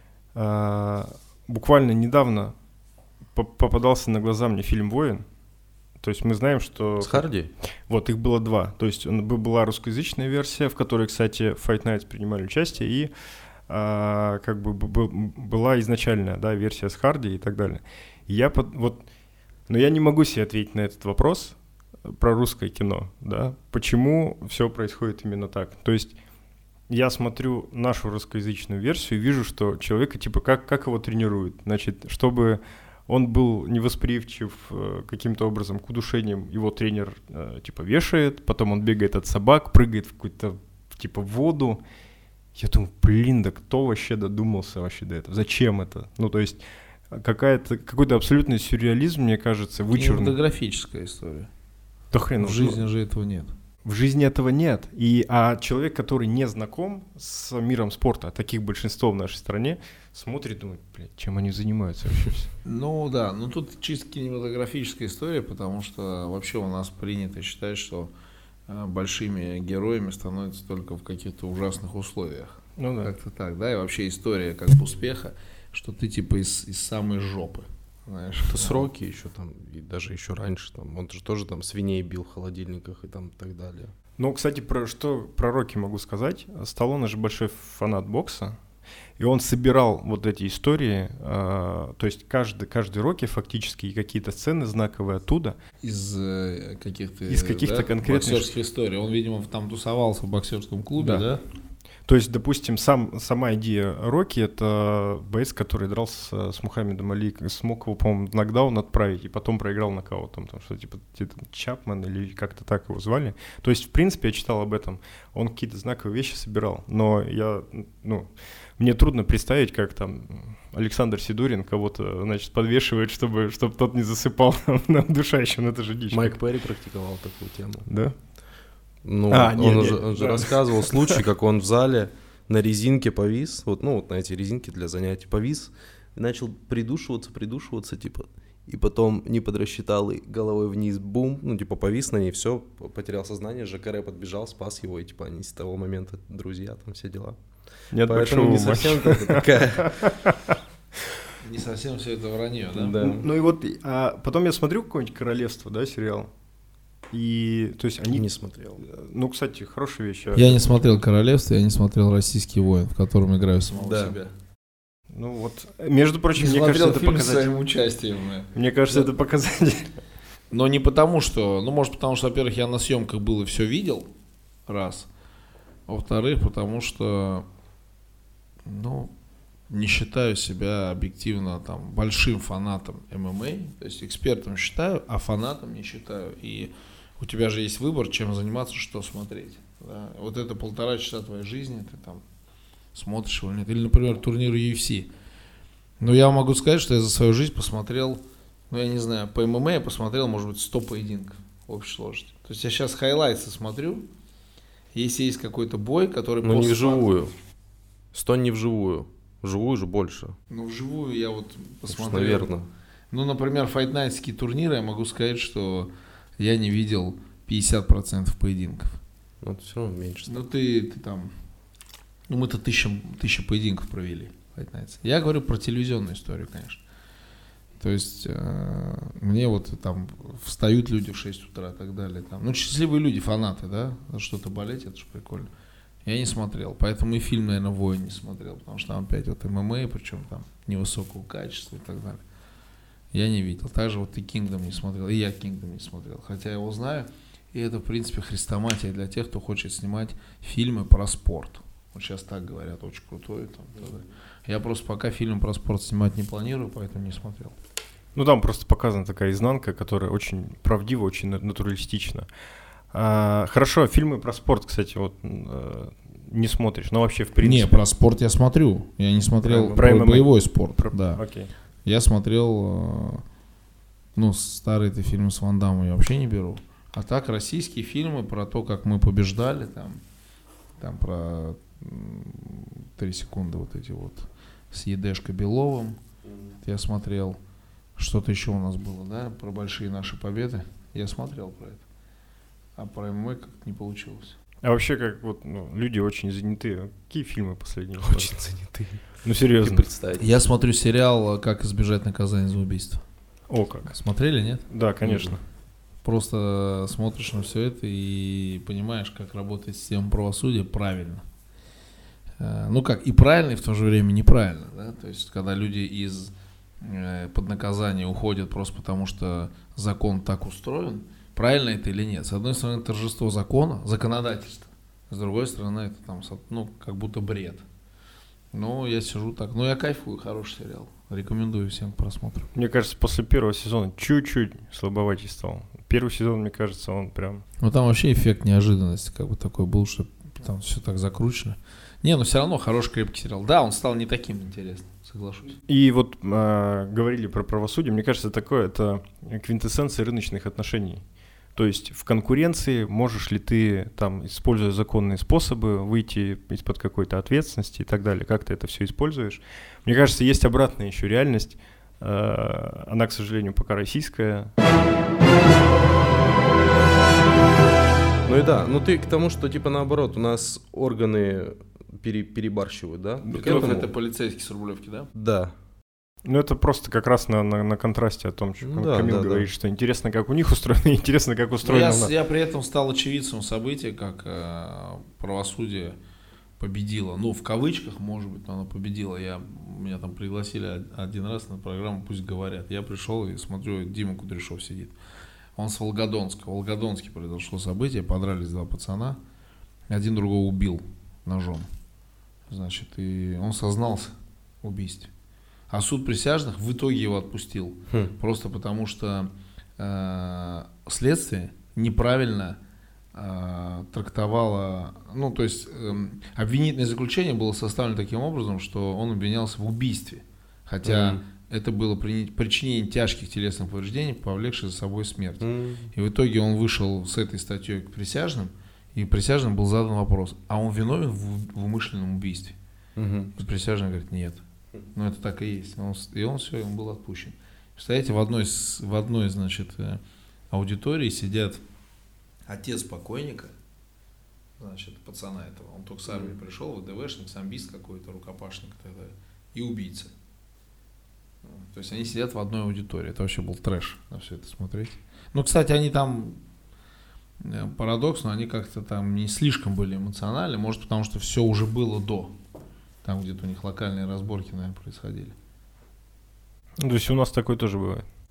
Speaker 3: буквально недавно попадался на глаза мне фильм «Воин». То есть мы знаем, что...
Speaker 2: С Харди?
Speaker 3: Вот, их было два. То есть была русскоязычная версия, в которой, кстати, Fight Nights принимали участие, и как бы была изначальная, да, версия с Харди и так далее. И но я не могу себе ответить на этот вопрос про русское кино, да, почему все происходит именно так. То есть я смотрю нашу русскоязычную версию и вижу, что человека, типа, как его тренируют. Значит, чтобы он был невосприимчив каким-то образом к удушениям, его тренер, типа, вешает, потом он бегает от собак, прыгает в какую-то, типа, воду. Я думаю, блин, да кто вообще додумался вообще до этого? Зачем это? Ну, то есть какой-то абсолютный сюрреализм, мне кажется, вычурный.
Speaker 1: Кинематографическая история.
Speaker 3: Да хрен.
Speaker 1: В жизни же этого нет.
Speaker 3: В жизни этого нет. А человек, который не знаком с миром спорта, а таких большинство в нашей стране, смотрит и думает, блядь, чем они занимаются вообще?
Speaker 1: Ну да, ну тут чисто кинематографическая история, потому что вообще у нас принято считать, что большими героями становятся только в каких-то ужасных условиях.
Speaker 3: Ну да.
Speaker 1: Как-то так, да, и вообще история как бы успеха, что ты типа из самой жопы. Знаешь,
Speaker 2: это сроки еще там, и даже еще раньше, там, он же тоже там свиней бил в холодильниках и там так далее.
Speaker 3: Ну, кстати, про Рокки могу сказать. Сталлоне же большой фанат бокса, и он собирал вот эти истории, то есть каждый Рокки фактически какие-то сцены знаковые оттуда.
Speaker 1: Из каких-то да,
Speaker 3: конкретных
Speaker 1: боксерских историй. Он, видимо, там тусовался в боксерском клубе, да?
Speaker 3: То есть, допустим, сама идея Рокки — это боец, который дрался с Мухаммедом Али, смог его, по-моему, в нокдаун отправить, и потом проиграл нокаутом, там что типа Чапман или как-то так его звали. То есть, в принципе, я читал об этом, он какие-то знаковые вещи собирал, но мне трудно представить, как там Александр Сидорин кого-то, значит, подвешивает, чтобы тот не засыпал на удушающем, это же дичь.
Speaker 2: Майк Перри практиковал такую тему.
Speaker 3: Да?
Speaker 2: Ну, он же рассказывал случай, как он в зале на резинке повис, вот на эти резинки для занятий повис, и начал придушиваться, типа, и потом не подрасчитал и головой вниз, бум, повис на ней, все, потерял сознание, Жакаре подбежал, спас его, и, типа, они с того момента друзья, там все дела.
Speaker 3: Нет,
Speaker 2: поэтому не совсем такая...
Speaker 1: Не совсем все это вранье, да?
Speaker 2: Да.
Speaker 3: Ну и вот, потом я смотрю какое-нибудь «Королевство», да, сериал. И, то есть они...
Speaker 2: Не смотрел.
Speaker 3: Ну, кстати, хорошая вещь.
Speaker 1: Я не смотрел «Королевство», я не смотрел «Российский воин», в котором играю самого себя.
Speaker 3: Ну вот, между прочим, мне кажется, это показатель.
Speaker 1: Своим участием.
Speaker 3: Мне кажется, это показатель.
Speaker 1: Но не потому, что... Ну, может, потому что, во-первых, я на съемках был и все видел, раз. Во-вторых, потому что, не считаю себя объективно там большим фанатом ММА, то есть экспертом считаю, а фанатом не считаю. И у тебя же есть выбор, чем заниматься, что смотреть. Да? Вот это 1,5 часа твоей жизни, ты там смотришь его или нет. Или, например, турнир UFC. Но я могу сказать, что я за свою жизнь посмотрел, я не знаю, по ММА я посмотрел, может быть, 100 поединков в общей сложности. То есть я сейчас хайлайтсы смотрю, если есть какой-то бой, который...
Speaker 2: Ну не вживую. 100 не вживую. Вживую же больше.
Speaker 1: Вживую я вот посмотрел.
Speaker 2: Наверное.
Speaker 1: Например, файтнайтские турниры, я могу сказать, что я не видел 50% поединков.
Speaker 2: Это все равно меньше.
Speaker 1: Ты там... мы-то 1000 поединков провели. Я говорю про телевизионную историю, конечно. То есть мне вот там встают люди в 6 утра и так далее. Там. Счастливые люди, фанаты, да? За что-то болеть, это же прикольно. Я не смотрел, поэтому и фильм, наверное, «Воин» не смотрел, потому что там опять вот ММА, причем там невысокого качества и так далее. Я не видел. Также вот ты «Кингдом» не смотрел, и я «Кингдом» не смотрел, хотя я его знаю. И это, в принципе, хрестоматия для тех, кто хочет снимать фильмы про спорт. Вот сейчас так говорят, очень крутой. Я просто пока фильм про спорт снимать не планирую, поэтому не смотрел.
Speaker 3: Там просто показана такая изнанка, которая очень правдива, очень натуралистична. Хорошо, фильмы про спорт, кстати, вот не смотришь, но вообще в принципе.
Speaker 1: Не, про спорт я смотрю. Я не смотрел про боевой спорт. Да.
Speaker 3: Окей.
Speaker 1: Я смотрел, старые фильмы с Ван Даммом я вообще не беру. А так российские фильмы про то, как мы побеждали, там про 3 секунды вот эти вот с Едешко Беловым. Я смотрел. Что-то еще у нас было, да, про большие наши победы. Я смотрел про это. А про ММА как-то не получилось.
Speaker 3: А вообще, как люди очень заняты. Какие фильмы последние?
Speaker 2: Очень заняты.
Speaker 3: Серьезно.
Speaker 1: Я смотрю сериал «Как избежать наказания за убийство».
Speaker 3: О, как.
Speaker 1: Смотрели, нет?
Speaker 3: Да, конечно.
Speaker 1: Просто смотришь на все это и понимаешь, как работает система правосудия правильно. И правильно, и в то же время неправильно. Да? То есть, когда люди под наказание уходят просто потому, что закон так устроен, правильно это или нет? С одной стороны, торжество закона, законодательства. С другой стороны, это там, как будто бред. Я сижу так. Я кайфую, хороший сериал. Рекомендую всем к просмотру.
Speaker 3: Мне кажется, после первого сезона чуть-чуть слабоватей стал. Первый сезон, мне кажется, он прям...
Speaker 1: Там вообще эффект неожиданности такой был, что там все так закручено. Но все равно хороший, крепкий сериал. Да, он стал не таким интересным, соглашусь.
Speaker 3: И вот говорили про правосудие. Мне кажется, это квинтэссенция рыночных отношений. То есть в конкуренции можешь ли ты, используя законные способы, выйти из-под какой-то ответственности и так далее. Как ты это все используешь? Мне кажется, есть обратная еще реальность. Она, к сожалению, пока российская.
Speaker 2: Ты к тому, что наоборот, у нас органы перебарщивают, да?
Speaker 1: Это полицейский с Рублевки, да?
Speaker 2: Да.
Speaker 3: Это просто как раз на контрасте о том, что Камил говорит, что интересно, как у них устроено, и интересно, как устроено у нас.
Speaker 1: Я при этом стал очевидцем события, как правосудие победило. В кавычках, может быть, но оно победило. Меня там пригласили один раз на программу «Пусть говорят». Я пришел и смотрю, Дима Кудряшов сидит. Он с Волгодонска. В Волгодонске произошло событие, подрались 2 пацана. Один другого убил ножом. И он сознался в убийстве. А суд присяжных в итоге его отпустил. Просто потому что следствие неправильно трактовало... обвинительное заключение было составлено таким образом, что он обвинялся в убийстве. Хотя это было причинение тяжких телесных повреждений, повлекших за собой смерть. И в итоге он вышел с этой статьей к присяжным, и присяжным был задан вопрос, а он виновен в умышленном убийстве? И присяжный говорит, нет. Это так и есть. И он был отпущен. Представляете, в одной аудитории сидят отец покойника, пацана этого, он только с армии пришел, ВДВшник, самбист какой-то, рукопашник и так далее, и убийца. То есть они сидят в одной аудитории. Это вообще был трэш на все это смотреть. Кстати, они там, парадокс, но они как-то там не слишком были эмоциональны, может, потому что все уже было до. Там где-то у них локальные разборки, наверное, происходили.
Speaker 3: То есть у нас такое тоже бывает?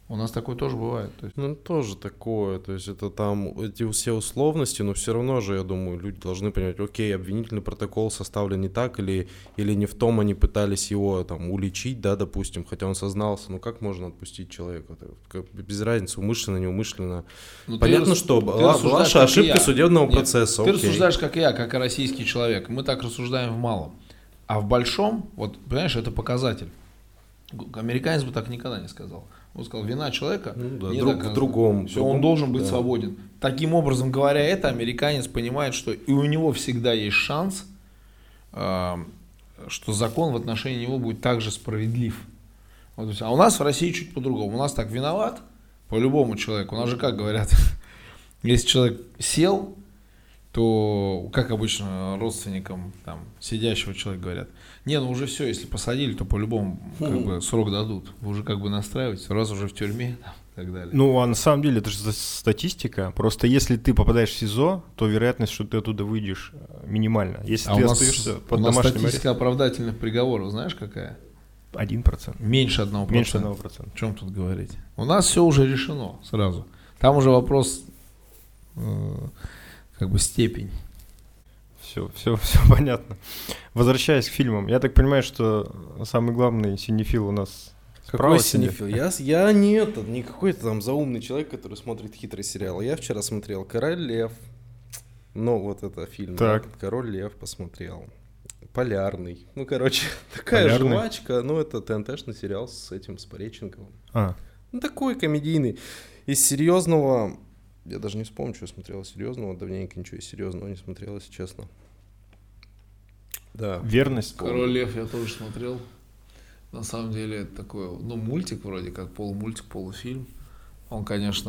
Speaker 1: У нас такое тоже бывает. То есть.
Speaker 2: Ну, тоже такое. То есть это там эти все условности, но все равно же, я думаю, люди должны понимать, окей, обвинительный протокол составлен не так, или не в том они пытались его там уличить, да, допустим, хотя он сознался. Ну, как можно отпустить человека? Без разницы, умышленно, неумышленно. Ну, понятно, что ваша ошибка судебного процесса.
Speaker 1: Ты рассуждаешь, как я, как и российский человек. Мы так рассуждаем в малом. А в большом, вот, понимаешь, это показатель. Американец бы так никогда не сказал. Он сказал, вина человека
Speaker 2: в другом.
Speaker 1: Все, он должен быть свободен. Таким образом, говоря это, американец понимает, что и у него всегда есть шанс, что закон в отношении него будет также справедлив. Вот, а у нас в России чуть по-другому. У нас так виноват по любому человеку. У нас же как говорят, если человек сел, то, как обычно, родственникам там, сидящего человека говорят, не, ну уже все, если посадили, то по-любому как бы, срок дадут. Вы уже как бы настраиваетесь, раз уже в тюрьме там, и так далее.
Speaker 3: Ну, а на самом деле это же статистика. Просто если ты попадаешь в СИЗО, то вероятность, что ты оттуда выйдешь, минимальна. Если ты остаешься под домашним арестом.
Speaker 1: Статистика оправдательных приговоров, знаешь, какая?
Speaker 3: 1%.
Speaker 1: Меньше 1%.
Speaker 3: Меньше 1%.
Speaker 1: О чем тут говорить? У нас все уже решено сразу. Там уже вопрос... как бы степень.
Speaker 3: Все понятно. Возвращаясь к фильмам, я так понимаю, что самый главный синефил у нас
Speaker 2: Какой синефил? Я не какой-то там заумный человек, который смотрит хитрый сериал. Я вчера смотрел «Король лев». Ну, вот это фильм.
Speaker 3: Так.
Speaker 2: Да? «Король лев» посмотрел. «Полярный». Ну, короче, такая жвачка. Ну, это ТНТ-шный сериал с Пореченковым. Ну, такой комедийный. Из серьезного... Я даже не вспомню, что я смотрел серьезного. Давненько ничего серьезного не смотрел, если честно. Да.
Speaker 3: «Верность».
Speaker 1: «Король лев» я тоже смотрел. На самом деле это такой, ну, мультик вроде как, полумультик, полуфильм. Он, конечно,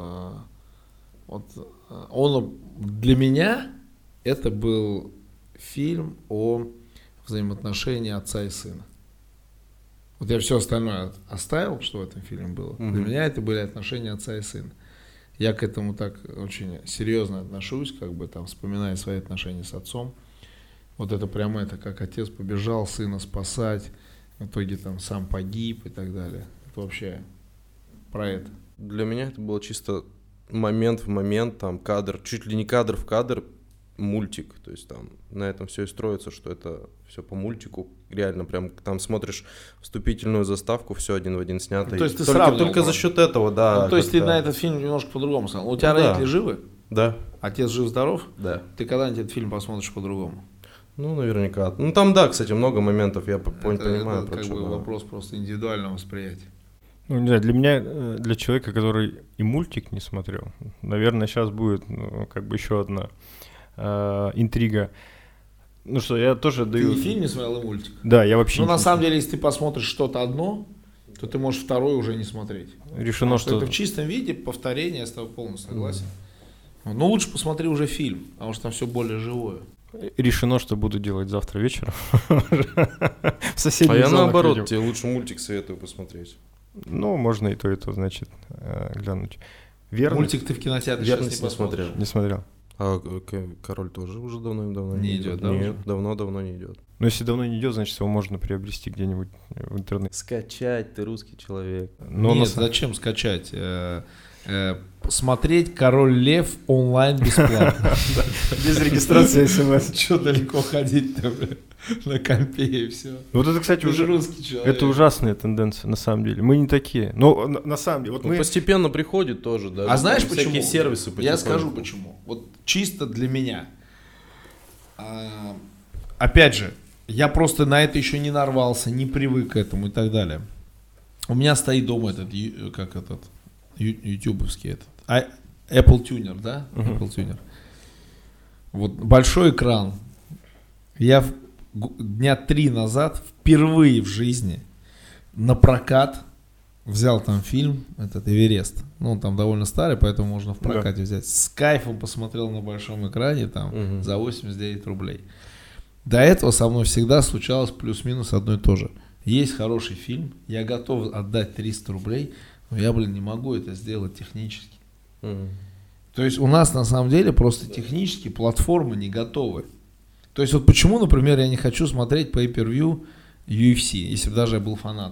Speaker 1: он для меня это был фильм о взаимоотношении отца и сына. Вот я все остальное оставил, что в этом фильме было. Для меня это были отношения отца и сына. Я к этому так очень серьезно отношусь, как бы там вспоминая свои отношения с отцом. Вот это прямо это, как отец побежал сына спасать, в итоге там сам погиб и так далее. Это вообще про это.
Speaker 2: Для меня это было чисто момент в момент, там кадр, чуть ли не кадр в кадр, мультик. То есть там на этом все и строится, что это все по мультику. Реально прям там смотришь вступительную заставку, все один в один снято.
Speaker 1: Ну, то есть ты сравнивал
Speaker 2: только за счет этого, да.
Speaker 1: Ну, то есть ты на этот фильм немножко по-другому смотрел. У тебя родители живы?
Speaker 2: Да.
Speaker 1: Отец жив-здоров?
Speaker 2: Да.
Speaker 1: Ты когда-нибудь этот фильм посмотришь по-другому?
Speaker 2: Ну, наверняка. Ну, там, да, кстати, много моментов, я понимаю.
Speaker 1: Это как бы вопрос просто индивидуального восприятия.
Speaker 3: Ну, не знаю, для меня, для человека, который и мультик не смотрел, наверное, сейчас будет как бы еще одна интрига. Ну что, я тоже даю...
Speaker 1: Ты и фильм не смотрел, и мультик?
Speaker 3: Да, я вообще
Speaker 1: не на самом деле, если ты посмотришь что-то одно, то ты можешь второе уже не смотреть.
Speaker 3: Решено, что...
Speaker 1: Это в чистом виде повторение, я с тобой полностью согласен. Но лучше посмотри уже фильм, потому что там все более живое.
Speaker 3: Решено, что буду делать завтра вечером. В соседней
Speaker 2: зоне. А я наоборот, тебе лучше мультик советую посмотреть.
Speaker 3: Ну, можно и то, значит, глянуть.
Speaker 1: Мультик ты в кинотеатре сейчас не смотрел?
Speaker 3: Не смотрел.
Speaker 2: А «Король» тоже уже давно
Speaker 1: не идет, да?
Speaker 2: Нет, давно не идет.
Speaker 3: Но если давно не идет, значит, его можно приобрести где-нибудь в интернете.
Speaker 2: Скачать, ты русский человек.
Speaker 1: Нет, зачем скачать? Смотреть «Король лев» онлайн бесплатно.
Speaker 3: Без регистрации СМС.
Speaker 1: Что далеко ходить-то, на компе и все.
Speaker 3: Вот это, кстати, уже
Speaker 1: русский человек.
Speaker 3: Это ужасная тенденция, на самом деле. Мы не такие. Но на самом деле...
Speaker 2: Вот постепенно приходит тоже, да.
Speaker 1: А знаешь почему?
Speaker 2: Всякие сервисы потихоньку.
Speaker 1: Я скажу почему. Вот чисто для меня. Опять же, я просто на это еще не нарвался, не привык к этому и так далее. У меня стоит дома ютубовский Apple Tuner, да? Apple Tuner. Вот большой экран. Я дня 3 назад впервые в жизни на прокат взял там фильм, этот «Эверест». Ну, он там довольно старый, поэтому можно в прокате взять. С кайфом посмотрел на большом экране там за 89 рублей. До этого со мной всегда случалось плюс-минус одно и то же. Есть хороший фильм, я готов отдать 300 рублей, но я, не могу это сделать технически. То есть у нас на самом деле просто технически платформы не готовы. То есть вот почему, например, я не хочу смотреть pay-per-view UFC, если бы даже я был фанатом.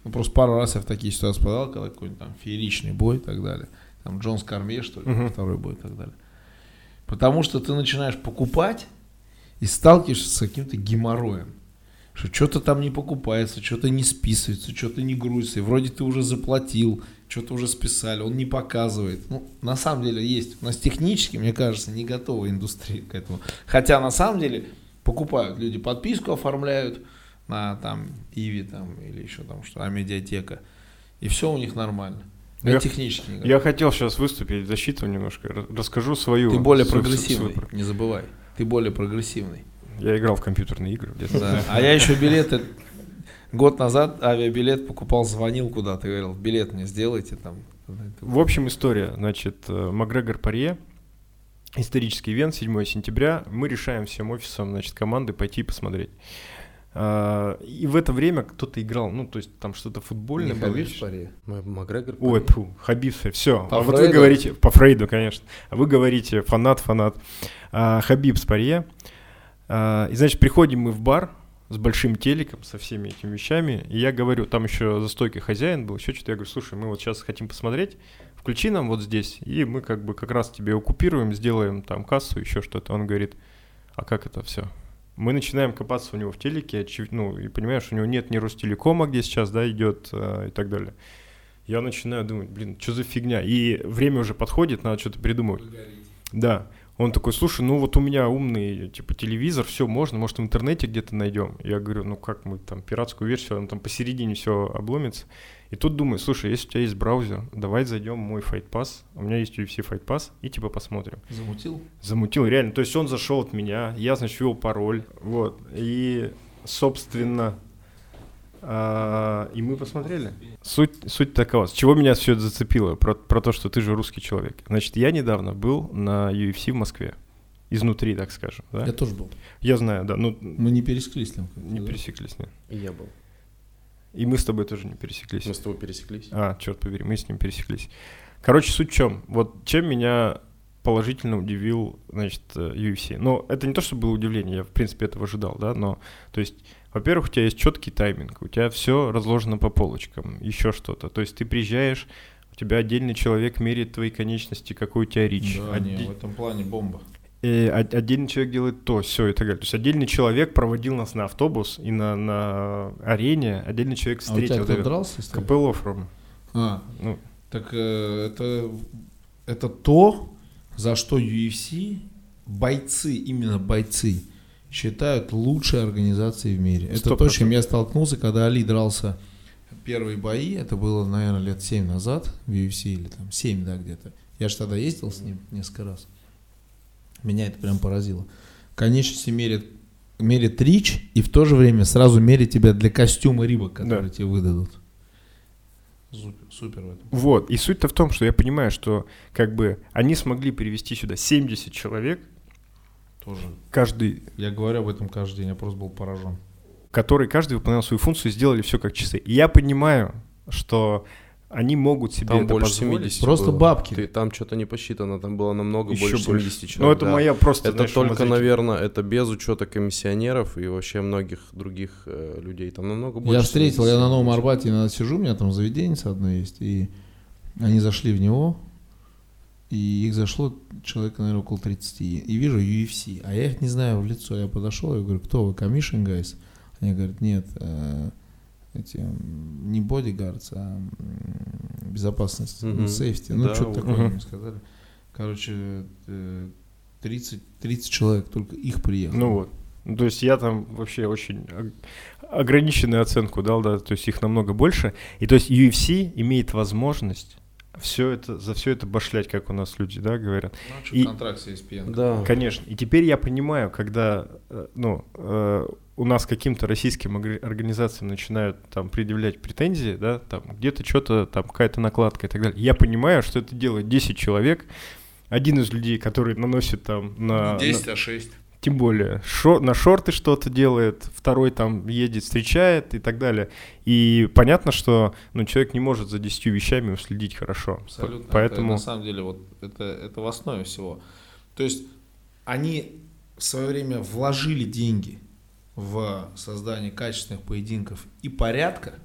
Speaker 1: Ну, просто пару раз я в такие ситуации попадал, когда какой-нибудь там фееричный бой и так далее. Там Джонс Кормье, что ли, второй бой и так далее. Потому что ты начинаешь покупать и сталкиваешься с каким-то геморроем. Что что-то там не покупается, что-то не списывается, что-то не грузится. И вроде ты уже заплатил, что-то уже списали, он не показывает. Ну, на самом деле есть. У нас технически, мне кажется, не готова индустрия к этому. Хотя на самом деле покупают люди, подписку оформляют на там Иви там, или еще там что, Амедиатека. И все у них нормально. Я технически не готов.
Speaker 3: Я хотел сейчас выступить в защиту немножко. Расскажу свою.
Speaker 1: Ты более прогрессивный, не забывай. Ты более прогрессивный.
Speaker 3: Я играл в компьютерные игры.
Speaker 1: Да. А я еще билеты год назад авиабилет покупал, звонил куда-то, говорил, билет мне сделайте там.
Speaker 3: В общем, история. Значит, Макгрегор-Порье, исторический ивент, 7 сентября. Мы решаем всем офисом, значит, команды пойти посмотреть. И в это время кто-то играл, ну, то есть там что-то футбольное было.
Speaker 2: Макгрегор.
Speaker 3: Ой, Хабиб, все. А вот вы говорите, по Фрейду, конечно. А вы говорите, фанат. Хабиб с Порье. И, значит, приходим мы в бар с большим телеком, со всеми этими вещами, и я говорю, там еще за стойкой хозяин был, еще что-то, я говорю, слушай, мы вот сейчас хотим посмотреть, включи нам вот здесь, и мы как бы как раз тебе оккупируем, сделаем там кассу, еще что-то. Он говорит, а как это все? Мы начинаем копаться у него в телеке, ну, и понимаешь, у него нет ни Ростелекома, где сейчас, да, идет, и так далее. Я начинаю думать, блин, что за фигня? И время уже подходит, надо что-то придумывать. Да. Он такой, слушай, ну вот у меня умный, типа, телевизор, все можно, может, в интернете где-то найдем. Я говорю, ну как мы там пиратскую версию, он там посередине все обломится. И тут думаю, слушай, если у тебя есть браузер, давай зайдем в мой Fight Pass, у меня есть UFC Fight Pass, и типа посмотрим.
Speaker 1: Замутил?
Speaker 3: Замутил, реально. То есть он зашел от меня, я, значит, ввел пароль, вот. И, собственно, и мы посмотрели. Суть такова. С чего меня все это зацепило? Про то, что ты же русский человек. Значит, я недавно был на UFC в Москве. Изнутри, так скажем. Да?
Speaker 1: Я тоже был.
Speaker 3: Я знаю, да. Ну,
Speaker 1: мы не пересеклись там.
Speaker 3: Не пересеклись, нет.
Speaker 2: И я был.
Speaker 3: И мы с тобой тоже не пересеклись.
Speaker 2: Мы с тобой пересеклись.
Speaker 3: Черт побери, мы с ним пересеклись. Короче, суть в чем? Вот чем меня положительно удивил, значит, UFC. Но это не то, что было удивление, я, в принципе, этого ожидал, да, но, то есть, во-первых, у тебя есть четкий тайминг, у тебя все разложено по полочкам, еще что-то. То есть ты приезжаешь, у тебя отдельный человек меряет твои конечности, какой у тебя рич.
Speaker 1: Да, в этом плане бомба.
Speaker 3: И отдельный человек делает то, все и так далее. То есть отдельный человек проводил нас на автобус и на арене, отдельный человек встретил.
Speaker 1: А у тебя кто дрался?
Speaker 3: Couple of Rome.
Speaker 1: Ну. Так это то, за что UFC бойцы, именно бойцы, считают лучшей организацией в мире. 100%. Это то, с чем я столкнулся, когда Али дрался первые бои. Это было, наверное, лет 7 назад в UFC, или там 7, да, где-то. Я же тогда ездил с ним несколько раз. Меня это прям поразило. Конечности мерят рич, и в то же время сразу мерят тебя для костюма Рибок, который тебе выдадут. Супер в этом.
Speaker 3: Вот, и суть-то в том, что я понимаю, что как бы они смогли привести сюда 70 человек.
Speaker 1: Тоже.
Speaker 3: Каждый.
Speaker 1: Я говорю об этом каждый день, я просто был поражен.
Speaker 3: Который каждый выполнял свою функцию и сделали все как часы. И я понимаю, что они могут себе
Speaker 2: там
Speaker 3: это
Speaker 2: больше
Speaker 3: позволить.
Speaker 2: 70
Speaker 1: просто
Speaker 2: было.
Speaker 1: Бабки.
Speaker 2: Там что-то не посчитано, там было намного
Speaker 3: еще
Speaker 2: больше 70 человек.
Speaker 3: Ну это моя просто.
Speaker 2: Это только, наверное, это без учета комиссионеров и вообще многих других людей. Там намного больше.
Speaker 1: Я встретил, я на Новом Арбате сижу, у меня там заведение одно есть, и они зашли в него, и их зашло человека, наверное, около 30. И вижу UFC, а я их не знаю в лицо. Я подошел, я говорю, кто вы, commission guys? Они говорят, нет, эти не bodyguards, а безопасность, safety. Ну,
Speaker 2: да,
Speaker 1: что-то такое мне сказали. Короче, 30 человек, только их приехало.
Speaker 3: Ну вот. Ну, то есть я там вообще очень ограниченную оценку дал, да, то есть их намного больше. И то есть UFC имеет возможность за все это башлять, как у нас люди, да, говорят.
Speaker 1: Ну, и контракт с ESPN.
Speaker 3: Да. Конечно. И теперь я понимаю, когда, у нас каким-то российским организациям начинают там предъявлять претензии, да, там где-то что-то, там какая-то накладка и так далее. Я понимаю, что это делает 10 человек, один из людей, который наносит там на...
Speaker 1: 10, а 6.
Speaker 3: Тем более, на шорты что-то делает, второй там едет, встречает и так далее. И понятно, что человек не может за 10 вещами уследить хорошо.
Speaker 1: Абсолютно.
Speaker 3: Поэтому...
Speaker 1: Это, на самом деле, вот это в основе всего. То есть они в свое время вложили деньги в создание качественных поединков и порядка,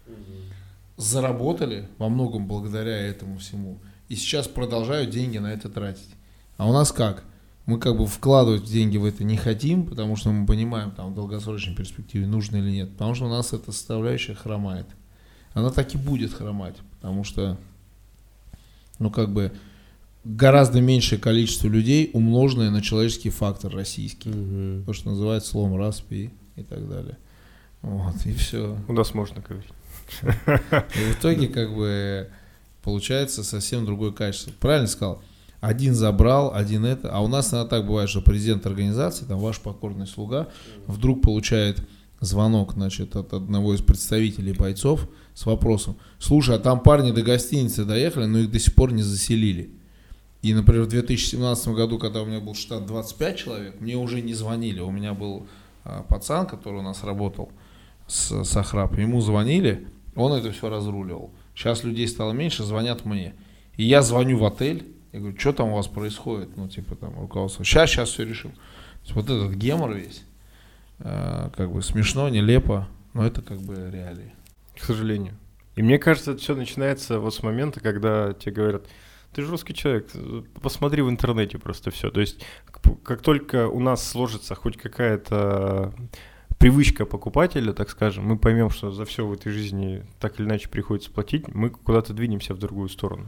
Speaker 1: заработали во многом благодаря этому всему. И сейчас продолжают деньги на это тратить. А у нас как? Мы как бы вкладывать деньги в это не хотим, потому что мы понимаем, там, в долгосрочной перспективе нужно или нет. Потому что у нас эта составляющая хромает. Она так и будет хромать. Потому что, ну, как бы, гораздо меньшее количество людей, умноженное на человеческий фактор российский. То, что называется словом распи и так далее. Вот, и все.
Speaker 3: У нас можно говорить.
Speaker 1: И в итоге, как бы, получается совсем другое качество. Правильно сказал? Один забрал, один это. А у нас иногда так бывает, что президент организации, там ваш покорный слуга, вдруг получает звонок, значит, от одного из представителей бойцов с вопросом: слушай, а там парни до гостиницы доехали, но их до сих пор не заселили. И, например, в 2017 году, когда у меня был штат 25 человек, мне уже не звонили. У меня был пацан, который у нас работал с Ахрап, ему звонили, он это все разруливал. Сейчас людей стало меньше, звонят мне. И я звоню в отель, я говорю, что там у вас происходит? Ну, типа, там, руководство. Сейчас все решим. Вот этот гемор весь, как бы смешно, нелепо, но это как бы реалии.
Speaker 3: К сожалению. И мне кажется, это все начинается вот с момента, когда тебе говорят: ты же русский человек, посмотри в интернете просто все. То есть, как только у нас сложится хоть какая-то привычка покупателя, так скажем, мы поймем, что за все в этой жизни так или иначе приходится платить, мы куда-то двинемся в другую сторону.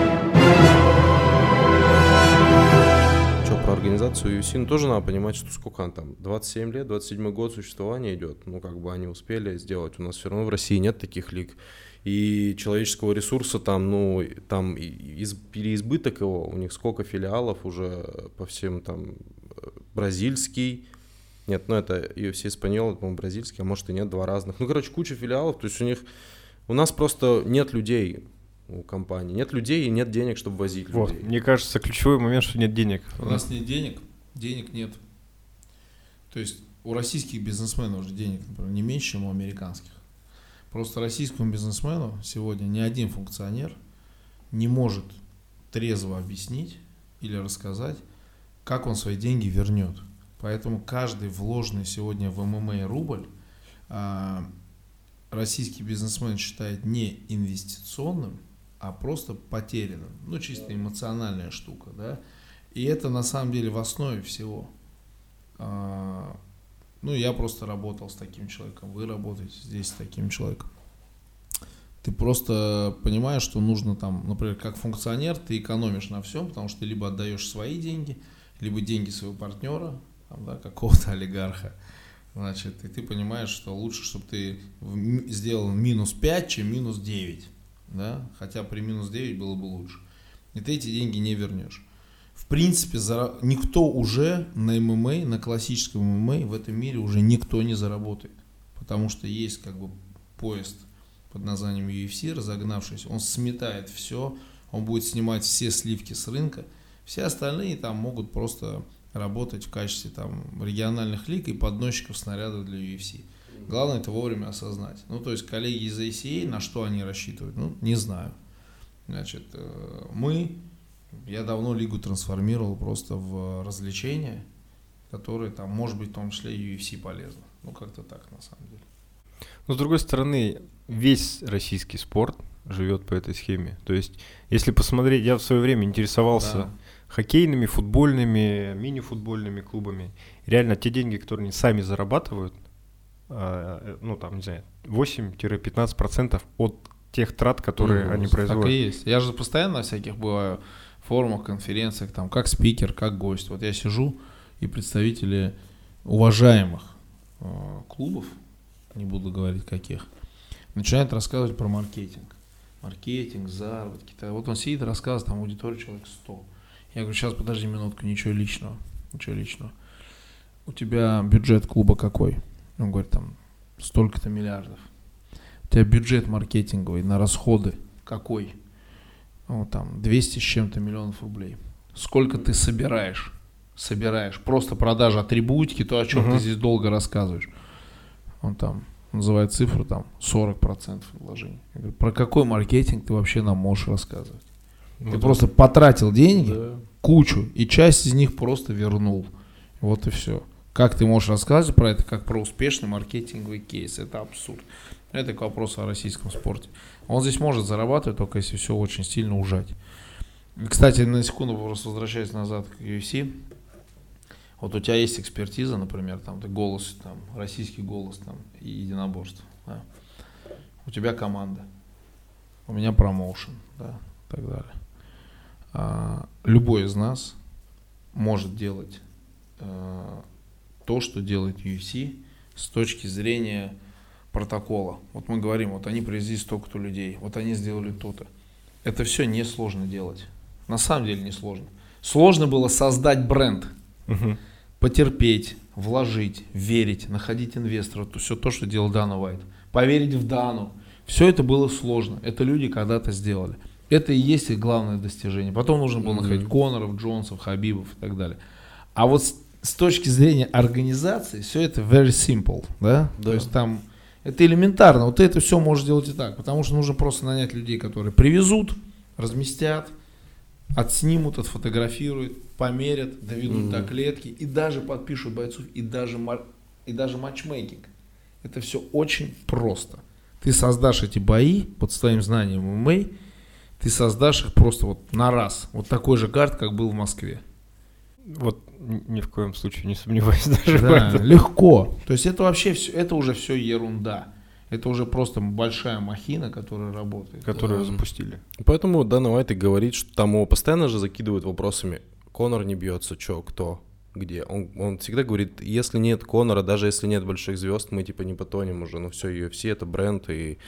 Speaker 2: Что, про организацию UFC, ну, тоже надо понимать, что сколько она там, 27 лет, 27 год существования идет, ну, как бы они успели сделать. У нас все равно в России нет таких лиг. И человеческого ресурса там, ну, там переизбыток его, у них сколько филиалов уже по всем там, бразильский, нет, ну, это UFC Español, по-моему, бразильский, а может и нет, два разных. Ну, короче, куча филиалов, то есть у нас просто нет людей у компании, нет людей и нет денег, чтобы возить людей.
Speaker 3: Вот, мне кажется, ключевой момент, что нет денег.
Speaker 1: У нас нет денег нет. То есть у российских бизнесменов уже денег, например, не меньше, чем у американских. Просто российскому бизнесмену сегодня ни один функционер не может трезво объяснить или рассказать, как он свои деньги вернет. Поэтому каждый вложенный сегодня в ММА рубль российский бизнесмен считает не инвестиционным, а просто потерянным. Ну, чисто эмоциональная штука, да. И это на самом деле в основе всего. Ну, я просто работал с таким человеком, вы работаете здесь с таким человеком. Ты просто понимаешь, что нужно там, например, как функционер, ты экономишь на всем, потому что ты либо отдаешь свои деньги, либо деньги своего партнера, там, да, какого-то олигарха. Значит, и ты понимаешь, что лучше, чтобы ты сделал минус 5, чем минус 9. Да? Хотя при минус 9 было бы лучше. И ты эти деньги не вернешь. В принципе, никто уже на ММА, на классическом ММА в этом мире уже никто не заработает. Потому что есть как бы поезд под названием UFC, разогнавшийся, он сметает все, он будет снимать все сливки с рынка. Все остальные там могут просто работать в качестве там региональных лиг и подносчиков снарядов для UFC. Главное это вовремя осознать. Ну, то есть коллеги из ACA, на что они рассчитывают, ну, не знаю. Значит, я давно лигу трансформировал просто в развлечения, которые там, может быть, в том числе и UFC полезно. Ну, как-то так, на самом деле.
Speaker 3: Но, с другой стороны, весь российский спорт живет по этой схеме. То есть, если посмотреть, я в свое время интересовался хоккейными, футбольными, мини-футбольными клубами. Реально, те деньги, которые они сами зарабатывают, ну, там, не знаю, 8-15% от тех трат, которые они производят.
Speaker 1: Так и есть. Я же постоянно на всяких бываю форумах, конференциях, там, как спикер, как гость. Вот я сижу, и представители уважаемых клубов, не буду говорить каких, начинают рассказывать про маркетинг. Маркетинг, заработки. Вот он сидит и рассказывает, там аудитория человек 100. Я говорю, сейчас подожди минутку, ничего личного. У тебя бюджет клуба какой? Он говорит, там, столько-то миллиардов. У тебя бюджет маркетинговый на расходы какой? Ну, там, 200 с чем-то миллионов рублей. Сколько ты собираешь? Просто продажа атрибутики, то, о чем ты здесь долго рассказываешь. Он там называет цифру, там, 40% вложений. Я говорю, про какой маркетинг ты вообще нам можешь рассказывать? Ты просто потратил деньги, кучу, и часть из них просто вернул. Вот и все. Как ты можешь рассказывать про это, как про успешный маркетинговый кейс? Это абсурд. Это к вопросу о российском спорте. Он здесь может зарабатывать, только если все очень сильно ужать. Кстати, на секунду просто возвращаясь назад к UFC. Вот у тебя есть экспертиза, например, там ты голос, там, российский голос там, и единоборство. Да? У тебя команда. У меня промоушен, да, и так далее. Любой из нас может делать то, что делает UFC с точки зрения протокола. Вот мы говорим, вот они привезли столько-то людей, вот они сделали то-то. Это все несложно делать. На самом деле несложно. Сложно было создать бренд, потерпеть, вложить, верить, находить инвесторов. Все то, что делал Дана Уайт. Поверить в Дану. Все это было сложно. Это люди когда-то сделали. Это и есть их главное достижение. Потом нужно было находить Коноров, Джонсов, Хабибов и так далее. А вот с точки зрения организации все это very simple. Да? То есть там это элементарно. Вот ты это все можешь делать и так. Потому что нужно просто нанять людей, которые привезут, разместят, отснимут, отфотографируют, померят, доведут до клетки и даже подпишут бойцов, и даже матчмейкинг. Это все очень просто. Ты создашь эти бои под своим знанием ММА, ты создашь их просто вот на раз. Вот такой же карт, как был в Москве.
Speaker 3: Вот ни в коем случае не сомневаюсь даже в
Speaker 1: Да,
Speaker 3: этом.
Speaker 1: легко. То есть это вообще все, это уже все ерунда. Это уже просто большая махина, которая работает.
Speaker 3: Которую запустили.
Speaker 2: Поэтому Дана Уайт и говорит, что там его постоянно же закидывают вопросами. Конор не бьется, что, кто, где. Он всегда говорит, если нет Конора, даже если нет больших звезд, мы типа не потонем уже. Ну все, UFC это бренд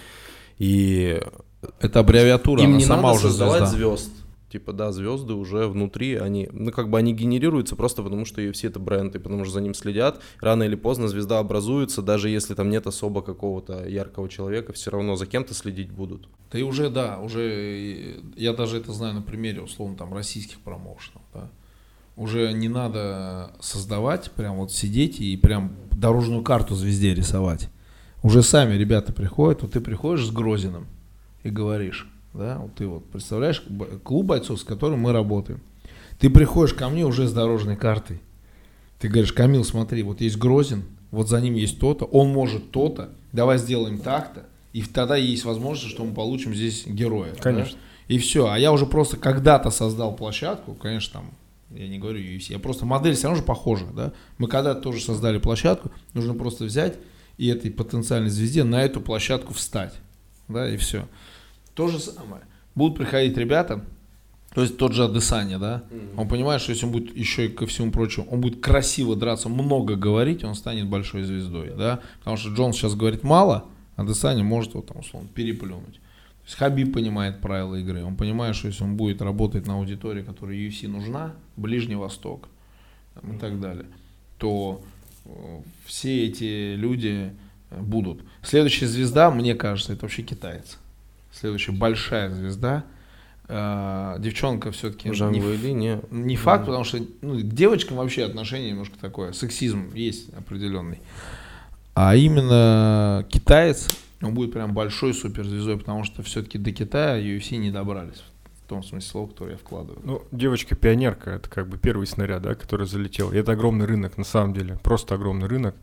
Speaker 2: и
Speaker 1: это аббревиатура,
Speaker 2: им
Speaker 1: она
Speaker 2: не
Speaker 1: сама
Speaker 2: надо
Speaker 1: уже
Speaker 2: создавать
Speaker 1: звезда.
Speaker 2: звезд. Типа, да, звезды уже внутри, они, ну, как бы они генерируются просто потому, что UFC это бренд, и потому что за ним следят. Рано или поздно звезда образуется, даже если там нет особо какого-то яркого человека, все равно за кем-то следить будут.
Speaker 1: Да и уже, да, уже, я даже это знаю на примере, условно, там, российских промоушенов, да. Уже не надо создавать, прям вот сидеть и прям дорожную карту звезде рисовать. Уже сами ребята приходят, вот ты приходишь с Грозиным и говоришь, да, вот ты вот представляешь клуб бойцов, с которым мы работаем. Ты приходишь ко мне уже с дорожной картой. Ты говоришь, Камил, смотри, вот есть Грозин, вот за ним есть то-то, он может то-то, давай сделаем так-то, и тогда есть возможность, что мы получим здесь героя.
Speaker 3: Конечно.
Speaker 1: Да? И все. А я уже просто когда-то создал площадку, конечно, там, я не говорю UFC, я просто модель все равно же похожа, да. Мы когда-то тоже создали площадку, нужно просто взять и этой потенциальной звезде на эту площадку встать, да, и все. То же самое. Будут приходить ребята, то есть тот же Адесанья, да, он понимает, что если он будет еще и ко всему прочему, он будет красиво драться, много говорить, он станет большой звездой, да, потому что Джонс сейчас говорит мало, Адесанья может вот там условно переплюнуть. То есть Хабиб понимает правила игры, он понимает, что если он будет работать на аудитории, которой UFC нужна, Ближний Восток там, и так далее, то все эти люди будут. Следующая звезда, мне кажется, это вообще китаец. Следующая большая звезда. Девчонка все-таки не факт, потому что к девочкам вообще отношение немножко такое. Сексизм есть определенный. А именно китаец, он будет прям большой суперзвездой, потому что все-таки до Китая UFC не добрались. В том смысле слова, который я вкладываю.
Speaker 3: Ну, девочка-пионерка, это как бы первый снаряд, да, который залетел. И это огромный рынок, на самом деле. Просто огромный рынок.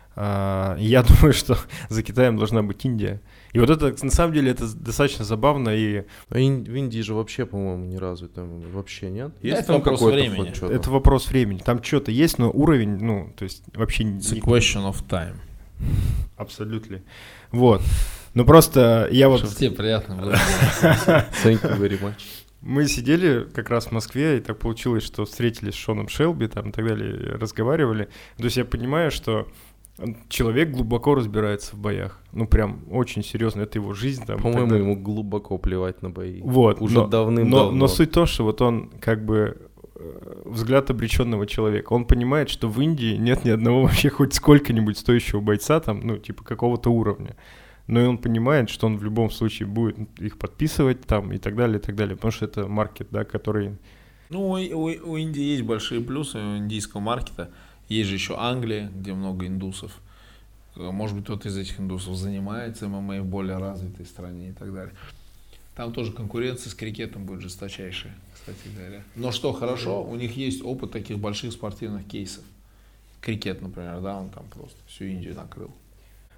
Speaker 3: Я думаю, что за Китаем должна быть Индия. И вот это, на самом деле, это достаточно забавно. И
Speaker 2: в Индии же вообще, по-моему, не развито. Вообще нет?
Speaker 1: Есть это там вопрос времени.
Speaker 3: Это вопрос времени. Там что-то есть, но уровень, ну, то есть вообще...
Speaker 1: It's a question of time.
Speaker 3: Абсолютно. Вот. Ну просто я вот...
Speaker 1: Чтобы тебе приятно было.
Speaker 2: Thank you very much.
Speaker 3: Мы сидели как раз в Москве, и так получилось, что встретились с Шоном Шелби там, и так далее, разговаривали. То есть я понимаю, что человек глубоко разбирается в боях. Ну, прям очень серьезно. Это его жизнь. Там,
Speaker 2: по-моему, ему глубоко плевать на бои.
Speaker 3: Вот.
Speaker 2: Уже давным-давно.
Speaker 3: Но суть в том, что вот он как бы взгляд обреченного человека. Он понимает, что в Индии нет ни одного вообще хоть сколько-нибудь стоящего бойца, там, ну, типа какого-то уровня. Но и он понимает, что он в любом случае будет их подписывать там и так далее, потому что это маркет, да, который...
Speaker 1: Ну, у Индии есть большие плюсы у индийского маркета. Есть же еще Англия, где много индусов. Может быть, кто-то из этих индусов занимается ММА в более развитой стране и так далее. Там тоже конкуренция с крикетом будет жесточайшая, кстати говоря. Но что хорошо, у них есть опыт таких больших спортивных кейсов. Крикет, например, да, он там просто всю Индию накрыл.